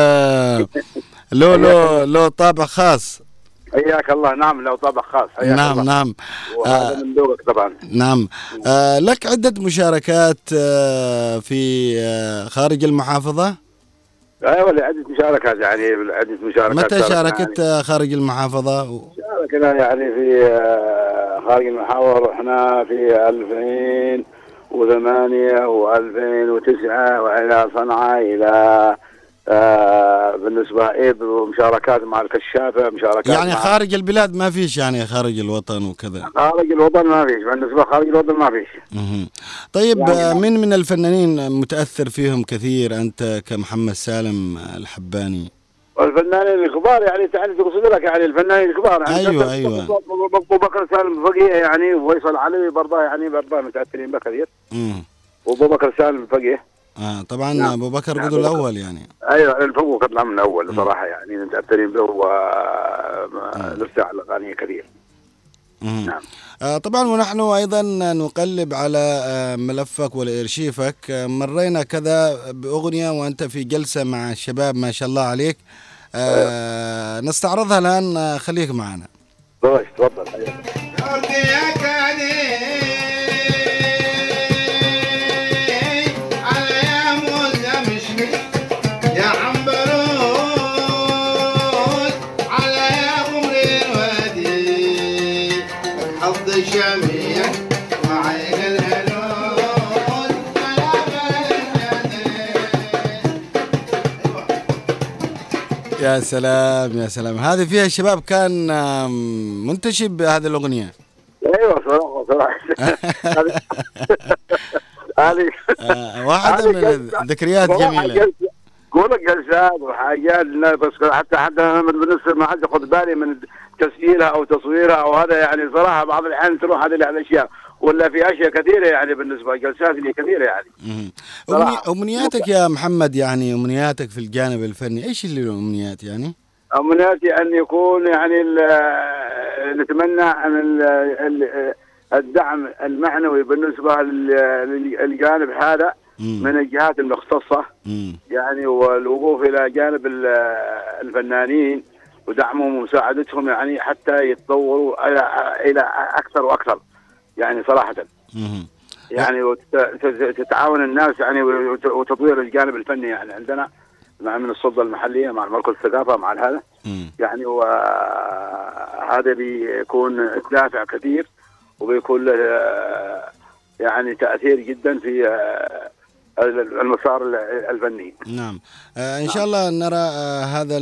له له له طابع خاص. حياك الله. نعم له طابع خاص. نعم الله. نعم وهذا من ذوقك طبعا. نعم. آه لك عدة مشاركات آه في آه خارج المحافظة؟ ايوه عدة مشاركات يعني عدة مشاركات. متى شاركت يعني خارج المحافظة؟ شاركنا يعني في خارج المحافظة رحنا في ألفين وثمانية وألفين وتسعة وإلى صنعاء إلى آه بالنسبة إيه ومشاركات مع الكشافة مشاركات يعني مع خارج البلاد ما فيش يعني خارج الوطن وكذا؟ خارج الوطن ما فيش بالنسبة خارج الوطن ما فيش. طيب يعني من من الفنانين متأثر فيهم كثير أنت كمحمد سالم الحباني؟ الفنانين الكبار يعني تعال تقصد لك يعني الفنانين الكبار يعني ايوه ايوه ابو بكر سالم فقيه يعني وفيصل علوي برضه يعني برضه متاثرين بكثير. امم وابو بكر سالم فقيه. اه طبعا نعم. ابو بكر قدوا الاول يعني. ايوه الفقه طلع من الاول صراحه يعني متاثرين به ولسه على اغاني كثير. نعم. آه طبعا ونحن ايضا نقلب على آه ملفك والارشيفك، آه مرينا كذا باغنيه وانت في جلسه مع الشباب ما شاء الله عليك، آه نستعرضها الان. آه خليك معنا. طيب تفضل. يا حظ الشميع وعين الهلول يا سلام يا سلام. هذه فيها الشباب كان منتشب بهذه الأغنية. ايوه صراحه صراحه هذه واحدة من الذكريات جميلة. قولك جلسات وحاجات بس حتى حتى بالنسبه ما حد ياخذ بالي من تسجيلها او تصويرها او هذا يعني صراحه بعض الاحيان تروح هذه الاشياء ولا في اشياء كثيره يعني بالنسبه لجلسات اللي كثيره يعني. أمني امنياتك يا محمد يعني امنياتك في الجانب الفني ايش اللي الامنيات يعني؟ امنياتي ان يكون يعني نتمنى ان الدعم المعنوي بالنسبه للجانب هذا من الجهات المختصة يعني والوقوف إلى جانب الفنانين ودعمهم ومساعدتهم يعني حتى يتطوروا إلى أكثر وأكثر يعني صراحة يعني وتتعاون الناس يعني وتطوير الجانب الفني يعني عندنا مع من السلطة المحلية مع مركز الثقافة مع هذا يعني وهذا بيكون دافع كثير وبيكون له يعني تأثير جدا في المسار الفني. نعم آه إن شاء الله نرى آه هذا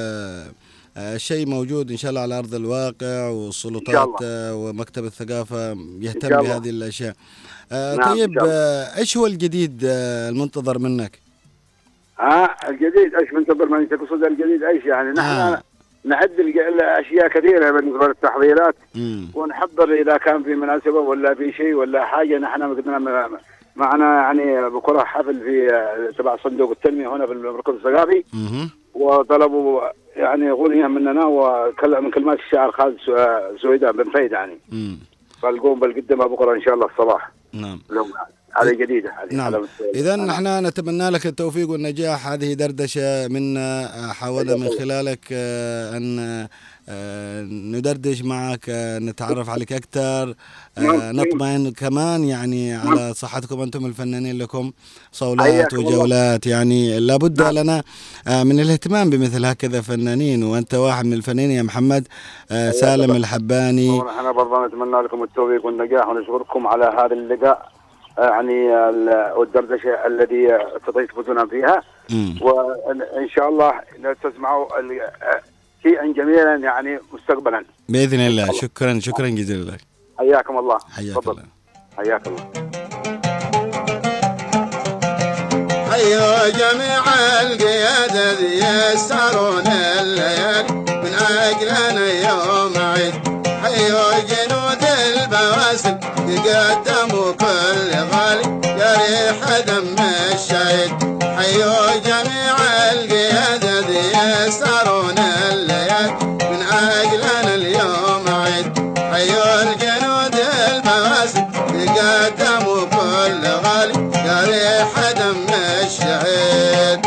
الشيء موجود إن شاء الله على أرض الواقع والسلطات آه ومكتب الثقافة يهتم بهذه الأشياء. آه نعم طيب آه إيش هو الجديد آه المنتظر منك؟ ها آه الجديد إيش منتظر منك تقصد الجديد إيش يعني نحن آه. نعد الأشياء كثيرة بالنسبة للتحضيرات ونحضر إذا كان في مناسبة ولا في شيء ولا حاجة. نحن قدنا معنا يعني بكرة حفل في تبع صندوق التنمية هنا في المركز الثقافي وطلبوا يعني أغنية مننا ومن كلمات الشاعر خالد سويدان بن فايد يعني فالقوم بالقدمها بكرة إن شاء الله الصباح. نعم هذه جديدة. نعم إذا نحن نتمنى لك التوفيق والنجاح. هذه دردشة منا حاولنا من خلالك أن ندردش معك نتعرف عليك أكثر نطمئن كمان يعني على صحتكم أنتم الفنانين. لكم صولات وجولات يعني لابد لنا من الاهتمام بمثل هكذا فنانين وأنت واحد من الفنانين يا محمد سالم الحباني. نحن برضه نتمنى لكم التوفيق والنجاح ونشكركم على هذا اللقاء يعني والدردشة الذي تضيفون فيها وإن شاء الله تسمعوا شيئا جميلا يعني مستقبلا بإذن الله. شكرا شكرا جزيلا لك. حياكم الله. حياك الله. حياك الله. أيها جميع القيادة يسهرون الليالي من أجلنا يوم عيد. أيها جنود البواسل يقدموا كل غالي يا ريح دم الشهيد. أيها جميع القيادة يسهرون الليالي من أجلنا اليوم عيد. أيها الجنود البواسل يقدموا كل غالي يا ريح دم الشهيد.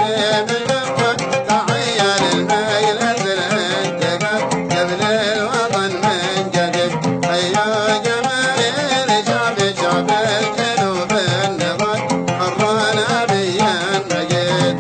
تحية للمجلس الانتقال قبل الوطن من جديد. أيها جماهير شعب شعب الجنوب النضال حرانا بيا مجيد.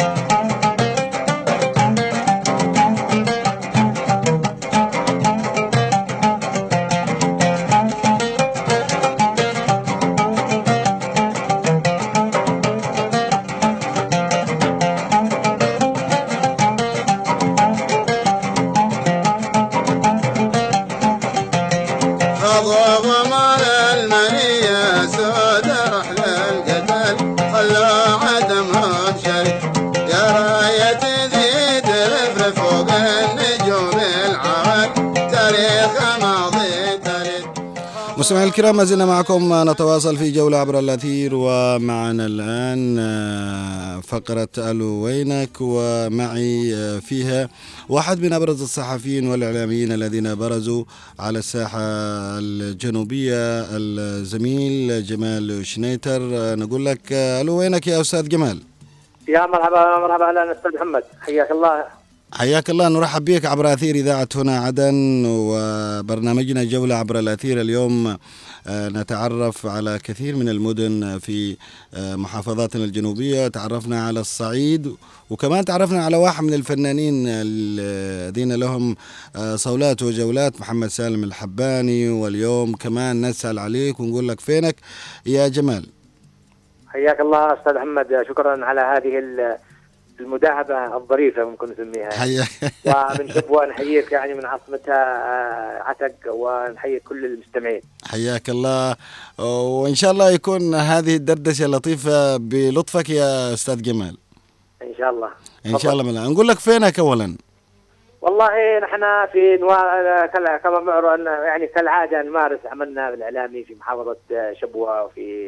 خضوب مال المنية سود رحل القتال خلوا عدمهم شريك. يا راية تزيد رفرف فوق النجوم العوال تاريخ ماضي تاريخ. مستمعينا الكرام ما زلنا معكم نتواصل في جولة عبر الأثير ومعنا الآن فقرة ألو وينك ومعي فيها واحد من أبرز الصحفيين والإعلاميين الذين برزوا على الساحة الجنوبية الزميل جمال شنيتر. نقول لك ألو وينك يا أستاذ جمال. يا مرحبا مرحبا أهلا أستاذ محمد حياك الله. حياك الله، نرحب بك عبر أثير إذاعة هنا عدن وبرنامجنا جولة عبر الأثير. اليوم نتعرف على كثير من المدن في محافظاتنا الجنوبية، تعرفنا على الصعيد وكمان تعرفنا على واحد من الفنانين الذين لهم صولات وجولات، محمد سالم الحباني، واليوم كمان نسأل عليك ونقول لك فينك يا جمال. حياك الله أستاذ محمد، شكرا على هذه المداهبة الظريفة ممكن نسميها. حياك. ومن شبوة نحييك يعني من عاصمتها عتق، ونحيي كل المستمعين. حياك الله، وإن شاء الله يكون هذه الدردشة لطيفة بلطفك يا أستاذ جمال. إن شاء الله. إن شاء الله. ملا نقول لك فينك أولا. والله نحن في نوا... كما معروف يعني كالعادة نمارس عملنا الإعلامي في محافظة شبوة وفي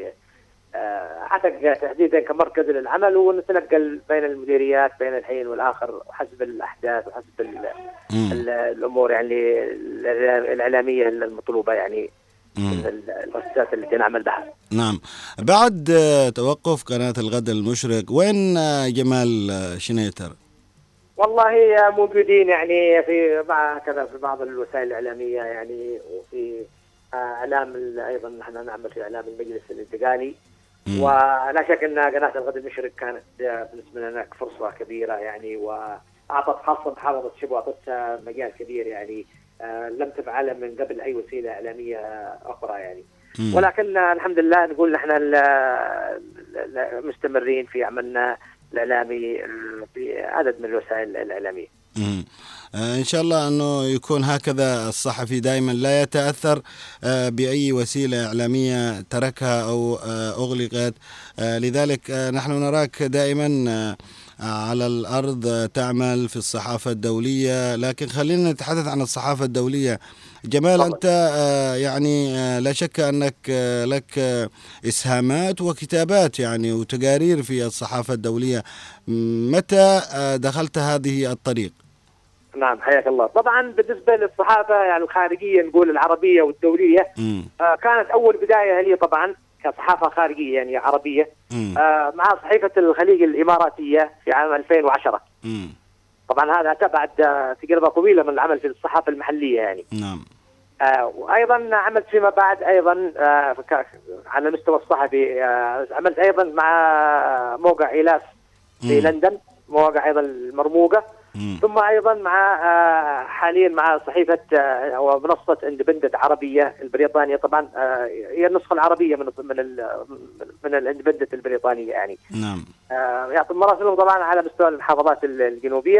عتق تحديدا كمركز للعمل، ونتنقل بين المديريات بين الحين والآخر حسب الأحداث وحسب ال ال الأمور يعني الإعلامية المطلوبة يعني من المؤسسات التي نعمل بها. نعم. بعد توقف قناة الغد المشرق وين جمال شنيتر؟ والله موجودين يعني في مع كذا في بعض الوسائل الإعلامية يعني، وفي إعلام أيضا نحن نعمل في إعلام المجلس الانتقالي. ولا شك أن قناة الغد المشرق كانت بالنسبة لنا فرصة كبيرة يعني، وأعطت خاصة محافظة شبوة أعطتها مجال كبير يعني آه لم تفعله من قبل أي وسيلة إعلامية أخرى يعني. مم. ولكن الحمد لله نقول نحن مستمرين في عملنا الإعلامي في عدد من الوسائل الإعلامية. مم. إن شاء الله أنه يكون هكذا، الصحفي دائما لا يتأثر بأي وسيلة إعلامية تركها أو أغلقت، لذلك نحن نراك دائما على الأرض تعمل في الصحافة الدولية. لكن خلينا نتحدث عن الصحافة الدولية. جمال، أنت يعني لا شك أنك لك إسهامات وكتابات يعني وتقارير في الصحافة الدولية، متى دخلت هذه الطريق؟ نعم حياك الله. طبعا بالنسبة للصحافة يعني الخارجية نقول العربية والدولية آه كانت أول بداية لي طبعا كصحافة خارجية يعني عربية آه مع صحيفة الخليج الإماراتية في عام ألفين وعشرة. مم. طبعا هذا بعد تجربة طويلة من العمل في الصحافة المحلية يعني. نعم. آه وأيضا عملت فيما بعد أيضا آه على المستوى الصحفي آه عملت أيضا مع موقع إيلاف في مم. لندن، مواقع أيضا المرموقة. مم. ثم أيضا مع حاليا مع صحيفة ومنصة اندبندنت عربية البريطانية. طبعا هي النسخة العربية من من من الاندبندنت البريطانية يعني. نعم. يعطي مراسلهم طبعا على مستوى المحافظات الجنوبية.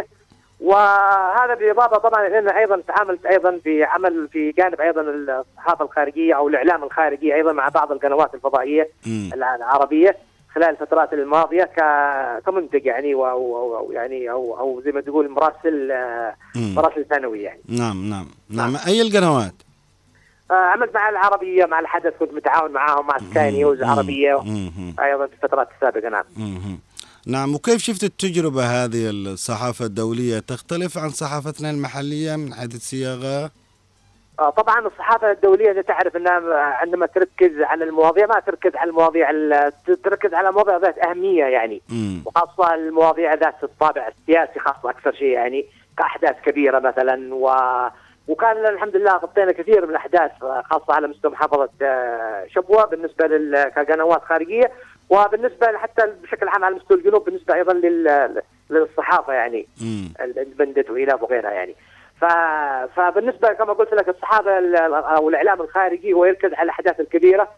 وهذا بالإضافة طبعا لأن أيضا تعاملت أيضا في عمل في جانب أيضا الصحافة الخارجية أو الإعلام الخارجي أيضا مع بعض القنوات الفضائية مم. العربية خلال الفترات الماضية كمنتج يعني أو يعني أو أو زي ما تقول مراسل مراسل ثانوي يعني. نعم نعم نعم. نعم. أي القنوات؟ آه عملت مع العربية مع الحدث، كنت متعاون معاهم مع سكاي نيوز عربية أيضا في الفترات السابقة. نعم. مم. نعم. وكيف شفت التجربة هذه الصحافة الدولية؟ تختلف عن صحافتنا المحلية من حيث الصياغة؟ آه طبعا الصحافة الدولية تعرف أنها عندما تركز على المواضيع ما تركز على المواضيع تركز على مواضيع ذات أهمية يعني. مم. وخاصة المواضيع ذات الطابع السياسي خاصة أكثر شيء يعني كأحداث كبيرة مثلا. و... وكان الحمد لله غطينا كثير من الأحداث خاصة على مستوى محافظة شبوة بالنسبة لل... كقنوات خارجية، وبالنسبة حتى بشكل عام على مستوى الجنوب بالنسبة أيضا لل... للصحافة يعني الاندبندنت وإيلاف وغيرها يعني. ف... فبالنسبة كما قلت لك الصحافة أو الإعلام الخارجي هو يركز على الأحداث الكبيرة،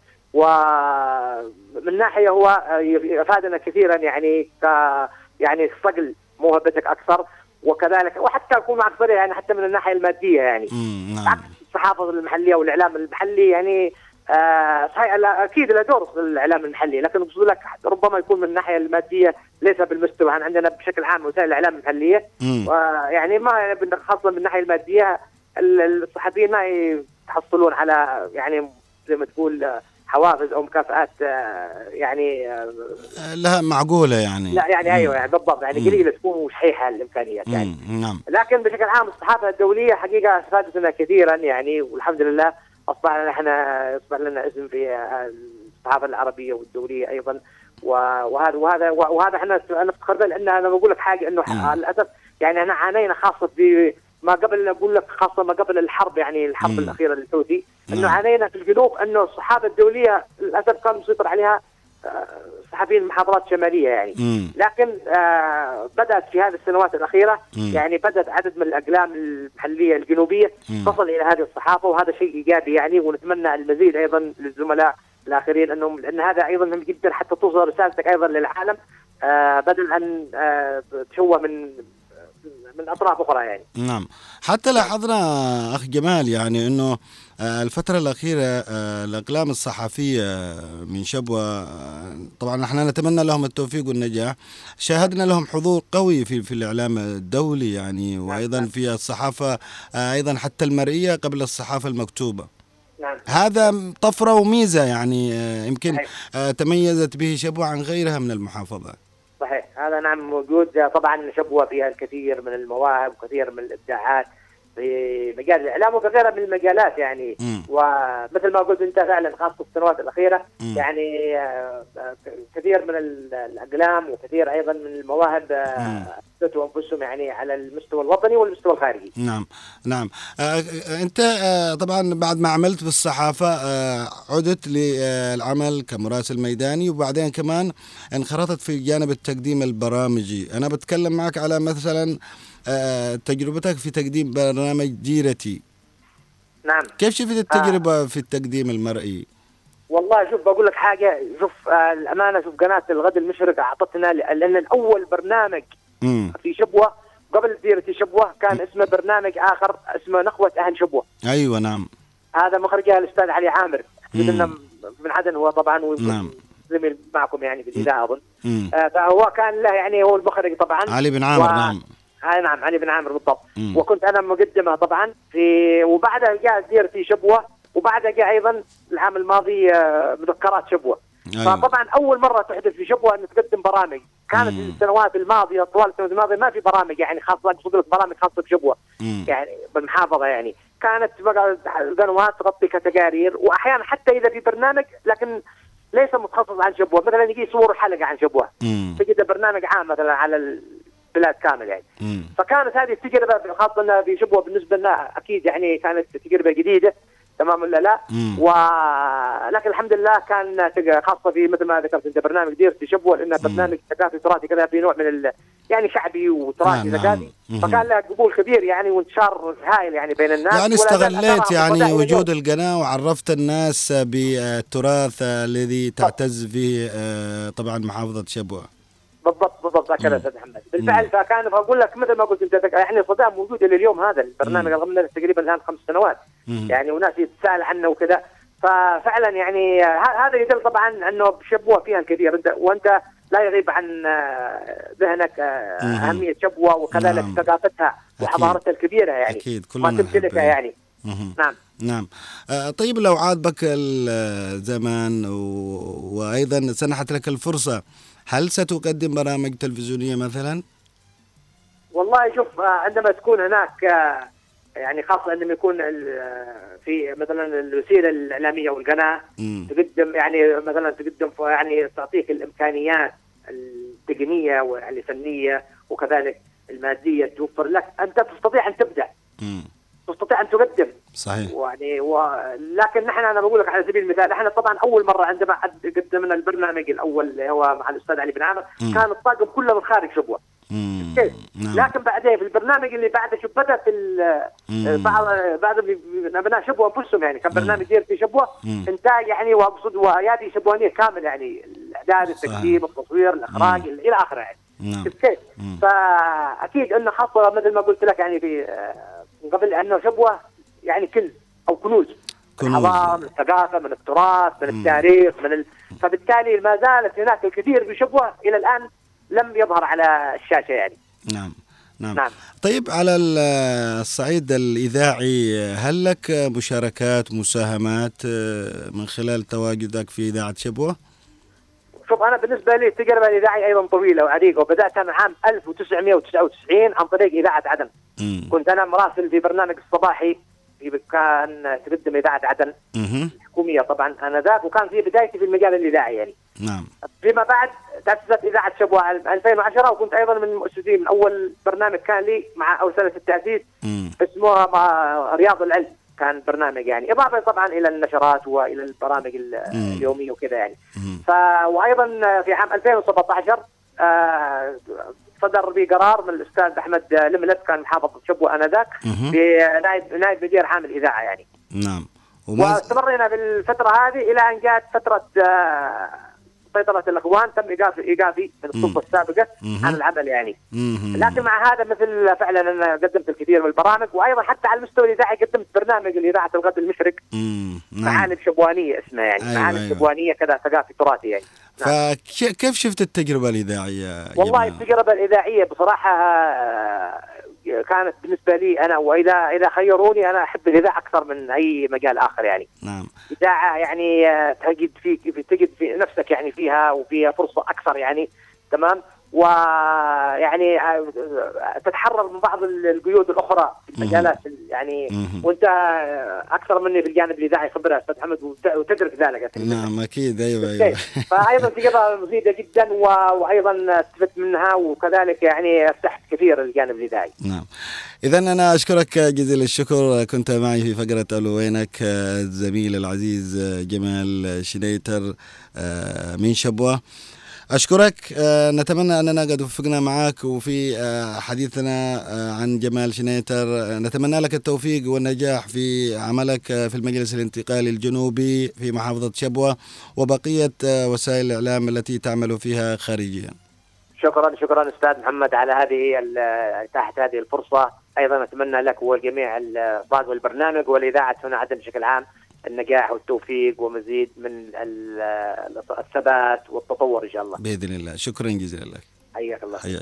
ومن ناحية هو يفادنا كثيرا يعني ك... يعني صقل موهبتك أكثر، وكذلك وحتى يكون أكثر يعني حتى من الناحية المادية يعني. عكس الصحافة المحلية والإعلام المحلي يعني آه صحيح أكيد له دور الإعلام المحلي، لكن أقول لك ربما يكون من الناحية المادية ليس بالمستوى. عندنا بشكل عام وسائل الإعلام المحلية ويعني ما خاصة من الناحية المادية الصحفيين ما يتحصلون على يعني زي ما تقول حوافز أو مكافآت يعني لها معقولة يعني. لا يعني أيوة يعني بالضبط يعني قليلة تكون صحيحة الإمكانيات يعني. نعم. لكن بشكل عام الصحافة الدولية حقيقة استفادتنا كثيرا يعني، والحمد لله أصبح لنا إحنا أصبح لنا اسم في الصحافة العربية والدولية أيضا. وهذا وهذا وهذا إحنا نفتخر به، لأن أنا بقول لك حاجة إنه للأسف يعني احنا عانينا خاصه في ما قبل، اقول لك خاصه ما قبل الحرب، يعني الحرب مم. الاخيره للحوثي، انه عانينا في الجنوب انه الصحافه الدوليه للاسف كان مسيطر عليها صحفيين المحافظات الشماليه يعني. مم. لكن آه بدات في هذه السنوات الاخيره مم. يعني بدات عدد من الاقلام المحليه الجنوبيه مم. تصل الى هذه الصحافه، وهذا شيء ايجابي يعني، ونتمنى المزيد ايضا للزملاء الاخرين انهم، لان هذا ايضا مهم جدا حتى توصل رسالتك ايضا للعالم آه بدل ان آه تشوه من من اطراف اخرى يعني. نعم، حتى لاحظنا اخ جمال يعني انه الفترة الأخيرة الأقلام الصحفية من شبوة طبعا نحن نتمنى لهم التوفيق والنجاح، شاهدنا لهم حضور قوي في في الإعلام الدولي يعني، وأيضا في الصحافة أيضا حتى المرئية قبل الصحافة المكتوبة. نعم. هذا طفرة وميزة يعني يمكن تميزت به شبوة عن غيرها من المحافظات. صحيح، هذا نعم موجود. طبعا شبوة فيها الكثير من المواهب وكثير من الإبداعات في مجال الإعلام وكثير من المجالات يعني. م. ومثل ما قلت أنت فعلا خاصة في السنوات الأخيرة م. يعني كثير من الأقلام وكثير أيضا من المواهب أثبتوا أنفسهم يعني على المستوى الوطني والمستوى الخارجي. نعم نعم. آه أنت آه طبعا بعد ما عملت في الصحافة آه عدت للعمل كمراسل ميداني، وبعدين كمان انخرطت في جانب التقديم البرامجي. أنا بتكلم معك على مثلا آه تجربتك في تقديم برنامج ديرتي. نعم. كيف شفت التجربة آه. في التقديم المرئي؟ والله شوف بقول لك حاجة، شوف آه الأمانة، شوف قناة الغد المشرق أعطتنا، لأن الأول برنامج مم. في شبوة قبل ديرتي شبوة كان مم. اسمه برنامج آخر اسمه نخوة أهل شبوة. أيوة نعم. هذا مخرجها الأستاذ علي عامر من عدن هو طبعا، نعم. زميل معكم يعني في الإذاعة أظن. آه فهو كان له يعني هو المخرج طبعا علي بن عامر. و... نعم. آه نعم علي بن عامر بالضبط. مم. وكنت أنا مقدمة طبعا في، وبعدها جاء ديرتي شبوة، وبعدها جاء أيضا العام الماضي آه مذكرات شبوة. أيوة. فطبعا أول مرة تحدث في شبوة أن تقدم برامج. كانت في السنوات الماضية طوال السنوات الماضية ما في برامج يعني خاصة، أقصد برامج خاصة بشبوة يعني بالمحافظة يعني. كانت بقى القنوات تغطي كتقارير، وأحيانا حتى إذا في برنامج لكن ليس متخصص عن شبوة، مثلا يجي صور حلقة عن شبوة تجد برنامج عام مثلا على البلاد كامل يعني. مم. فكانت هذه التجربة خاصة في شبوة بالنسبة لنا أكيد يعني كانت تجربة جديدة تمام ولا لا. ولكن الحمد لله كان خاصة في مثل ما ذكرت انت برنامج ديرتي شبوة، لانه برنامج ثقافي تراثي كذا في نوع من ال... يعني شعبي وتراثي ثقافي. نعم. فكان له قبول كبير يعني وانتشار هائل يعني بين الناس. يعني استغليت يعني وجود القناة وعرفت الناس بالتراث الذي تعتز فيه طبعا محافظة شبوة. بالضبط بالضبط هكذا استاذ محمد بالفعل. مم. فكان بقول لك مثل ما قلت انت يعني صدام موجود الى اليوم. هذا البرنامج رغم انه تقريبا الان خمس سنوات مم. يعني وناس يتساءل عنه وكذا. ففعلا يعني هذا يدل طبعا انه شبوة فيها الكثير، انت وانت لا يغيب عن ذهنك اهميه شبوة وكذلك نعم. ثقافتها وحضارتها الكبيره يعني. اكيد كلنا ما تمتلكها يعني. مم. نعم نعم. آه طيب لو عاد بك الزمان و... وايضا سنحت لك الفرصه، هل ستقدم برامج تلفزيونية مثلا؟ والله شوف عندما تكون هناك يعني خاصة عندما يكون في مثلا الوسيلة الإعلامية والقناة تقدم يعني مثلا تقدم يعني تعطيك الإمكانيات التقنية والفنية وكذلك المادية توفر لك، أنت تستطيع أن تبدع. م. تستطيع أن تقدم. صحيح. يعني و... لكن نحن أنا بقول لك على سبيل المثال، نحن طبعا أول مرة عندما قدمنا البرنامج الأول اللي هو مع الأستاذ علي بن عامر كان الطاقم كله من خارج شبوة. كيف؟ لكن بعدين في البرنامج اللي بعده شوف بدأت بعض بعض أبناء شبوة أنفسهم يعني كان برنامج دير في شبوة إنتاج يعني وأقصد وأيادي شبوانية كامل يعني الإعداد التقديم التصوير الإخراج إلى آخره يعني. نعم. كيف؟ فأكيد أنه خاصة مثل ما قلت لك يعني في قبل أنه شبوة يعني كنز أو كنوز من الحضارة من الثقافة من التراث من مم. التاريخ من ال... فبالتالي ما زالت هناك الكثير بشبوة إلى الآن لم يظهر على الشاشة يعني. نعم. نعم. نعم. طيب على الصعيد الإذاعي هل لك مشاركات مساهمات من خلال تواجدك في إذاعة شبوة؟ شوف أنا بالنسبة لي التجربة الإذاعية أيضا طويلة وعريقة، وبدأت أنا عام ألف وتسعمائة وتسعة وتسعين عن طريق إذاعة عدن. مم. كنت أنا مراسل في برنامج الصباحي في كان تقدم إذاعة عدن الحكوميه طبعا انذاك، وكان في بدايتي في المجال الاذاعي يعني. نعم. فيما بعد تاسست اذاعه شبوه ألفين وعشرة، وكنت ايضا من المؤسسين من اول برنامج كان لي مع او سنه التاسيس اسمه رياض العلم، كان برنامج يعني اضافه طبعا الى النشرات والى البرامج اليوميه وكذا يعني. ف وايضا في عام ألفين وسبعة عشر آه صدر بي قرار من الاستاذ احمد لملت، كان محافظ شبوه انذاك، بنائب نائب مدير عام الاذاعه يعني. نعم. واستمرينا بالفتره هذه الى ان جاءت فتره آه سيطرة الأخوان، تم إيقاف إيقافي من السلطة السابقة عن العمل يعني. مم. لكن مع هذا مثل فعلا أنا قدمت الكثير من البرامج، وأيضا حتى على المستوى الإذاعي قدمت برنامج الإذاعة الغد المشرق، معالم شبوانية اسمه يعني. أيوة معالم أيوة. شبوانية كذا ثقافي تراثي يعني. نعم. فكيف شفت التجربة الإذاعية؟ والله التجربة الإذاعية بصراحة كانت بالنسبة لي أنا، وإذا إذا خيروني أنا أحب الإذاعة أكثر من أي مجال آخر يعني. نعم. إذاعة يعني تجد فيك تجد في نفسك يعني فيها، وفيها فرصة أكثر يعني. تمام. ويعني تتحرر من بعض القيود الأخرى في المجالات يعني. مم. وأنت أكثر مني في الجانب الإذاعي خبرة أستاذ حمد، وتدرك ذلك. نعم أكيد. أيوة أيوة. فأيضا تجربة مفيدة جدا، وأيضا استفدت منها، وكذلك يعني ارتحت كثير الجانب الإذاعي. نعم. إذا أنا أشكرك جزيل الشكر، كنت معي في فقرة ألو وينك الزميل العزيز جمال شنيتر من شبوة. أشكرك. نتمنى أننا قد وفقنا معك وفي حديثنا عن جمال شنيتر. نتمنى لك التوفيق والنجاح في عملك في المجلس الانتقالي الجنوبي في محافظة شبوة وبقية وسائل الإعلام التي تعمل فيها خارجيا. شكرا شكرا أستاذ محمد على هذه تحت هذه الفرصة. أيضا أتمنى لك والجميع الصاد والبرنامج والإذاعة هنا عدن بشكل عام النجاح والتوفيق ومزيد من الثبات والتطور إن شاء الله بإذن الله. شكرا جزيلا لك. حياك الله. حياك.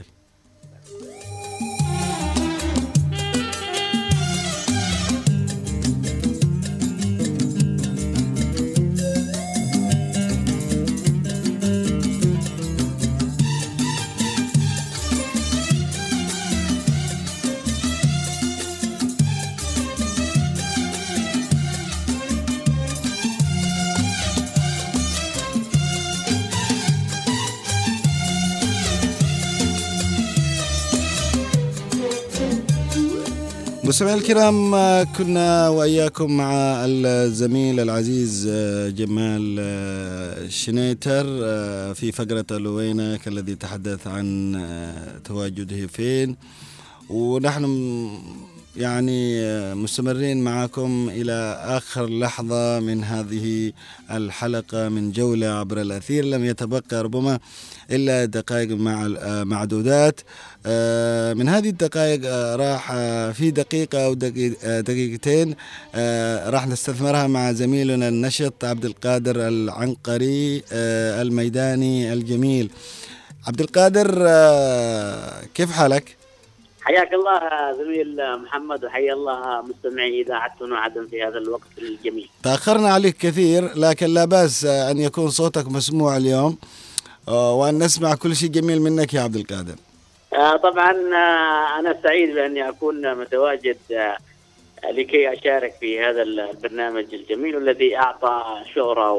مستمعينا الكرام، كنا وإياكم مع الزميل العزيز جمال شنيتر في فقرة ألو وينك الذي تحدث عن تواجده فين، ونحن يعني مستمرين معكم إلى آخر لحظة من هذه الحلقة من جولة عبر الأثير. لم يتبقى ربما إلا دقائق مع معدودات. من هذه الدقائق راح في دقيقة أو دقيقتين راح نستثمرها مع زميلنا النشط عبد القادر العنقري الميداني الجميل. عبد القادر، كيف حالك؟ حياك الله زميل محمد، وحيا الله مستمعي إذاعتنا عدن في هذا الوقت الجميل. تأخرنا عليك كثير، لكن لا بأس أن يكون صوتك مسموع اليوم وأن نسمع كل شيء جميل منك يا عبد القادر. طبعا أنا سعيد بأني أكون متواجد لكي أشارك في هذا البرنامج الجميل الذي أعطى شهرة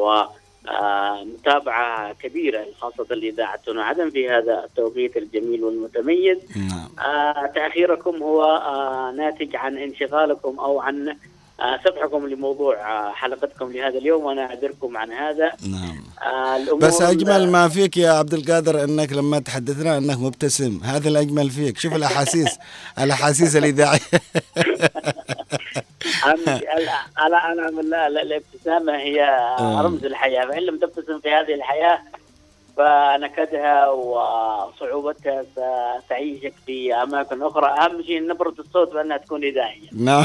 ومتابعة كبيرة خاصة لإذاعتنا عدن في هذا التوقيت الجميل والمتميز. نعم. تأخيركم هو ناتج عن انشغالكم أو عن سبحكم لموضوع حلقتكم لهذا اليوم، وأنا أعذركم عن هذا. نعم. بس أجمل ما فيك يا عبد القادر أنك لما تحدثنا أنك مبتسم، هذا الأجمل فيك. شوف الأحاسيس الأحاسيس الإذاعية. أنا أنا من الابتسامة هي رمز الحياة، فإن لم تبتسم في هذه الحياة فنكدها وصعوبتها ستعيشك في أماكن أخرى. أهم شيء نبرة الصوت وأنها تكون إذاعية. نعم.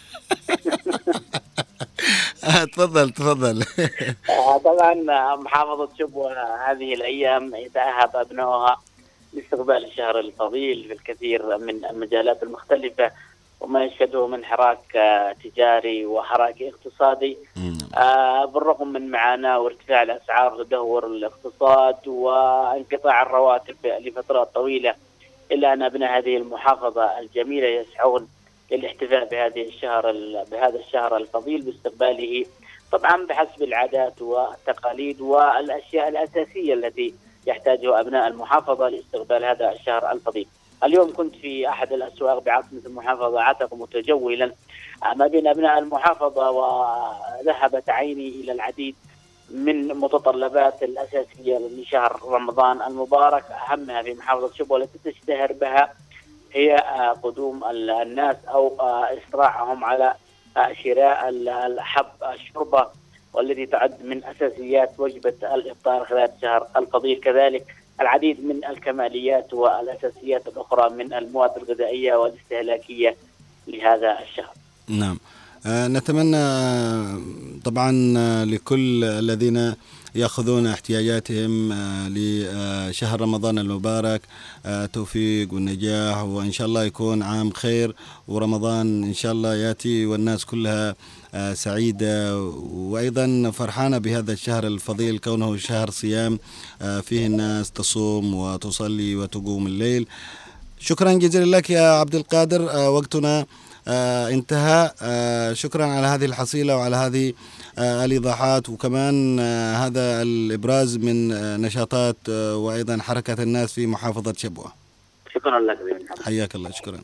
تفضل تفضل. طبعا محافظة شبوة هذه الأيام يتأهب أبنائها لاستقبال الشهر الفضيل في الكثير من المجالات المختلفة، وما يشهده من حراك تجاري وحراك اقتصادي. آه بالرغم من معاناة وارتفاع الأسعار وتدهور الاقتصاد وانقطاع الرواتب لفترات طويلة، إلا أن أبناء هذه المحافظة الجميلة يسعون للاحتفاء بهذه الشهر بهذا الشهر الفضيل باستقباله طبعا بحسب العادات والتقاليد والأشياء الأساسية التي يحتاجها أبناء المحافظة لاستقبال هذا الشهر الفضيل. اليوم كنت في أحد الأسواق بعاصمة المحافظة عتق متجولا ما بين أبناء المحافظة، وذهبت عيني إلى العديد من متطلبات الأساسية لشهر رمضان المبارك، أهمها في محافظة شبوة التي تشتهر بها هي قدوم الناس أو إسراعهم على شراء الحب الشربة، والذي تعد من أساسيات وجبة الإفطار خلال الشهر الفضيل. كذلك العديد من الكماليات والأساسيات الأخرى من المواد الغذائية والاستهلاكية لهذا الشهر. نعم. آه نتمنى طبعا لكل الذين يأخذون احتياجاتهم آه لشهر رمضان المبارك آه توفيق والنجاح، وإن شاء الله يكون عام خير، ورمضان إن شاء الله يأتي والناس كلها آه سعيدة وأيضا فرحانة بهذا الشهر الفضيل كونه شهر صيام آه فيه الناس تصوم وتصلي وتقوم الليل. شكرا جزيلا لك يا عبد القادر، آه وقتنا آه انتهى. آه شكرا على هذه الحصيلة وعلى هذه آه الإيضاحات، وكمان آه هذا الإبراز من آه نشاطات آه وأيضا حركة الناس في محافظة شبوة. شكرا لك. حياك الله. شكرا.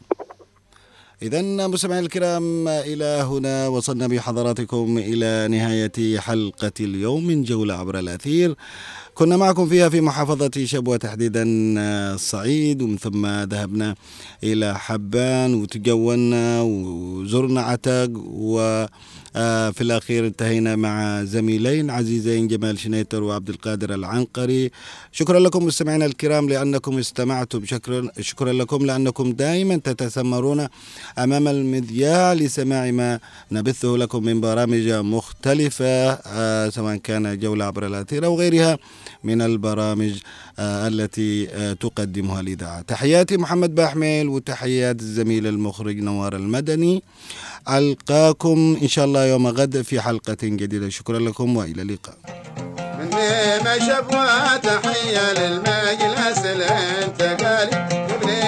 إذن مستمعينا الكرام، إلى هنا وصلنا بحضراتكم إلى نهاية حلقة اليوم من جولة عبر الأثير. كنا معكم فيها في محافظة شبوة تحديدا الصعيد، ومن ثم ذهبنا إلى حبان وتجولنا وزرنا عتق، وفي الأخير انتهينا مع زميلين عزيزين جمال شنيتر وعبد القادر العنقري. شكرا لكم مستمعينا الكرام لأنكم استمعتم، شكرا, شكرا لكم لأنكم دائما تتسمرون أمام المذياع لسماع ما نبثه لكم من برامج مختلفة، سواء كان جولة عبر الأثير أو غيرها من البرامج التي تقدمها الإذاعة. تحياتي محمد باحميل وتحيات الزميل المخرج نوار المدني. ألقاكم إن شاء الله يوم غد في حلقة جديدة. شكرا لكم وإلى اللقاء. مني ما شبوة تحية للمجلس الانتقالي.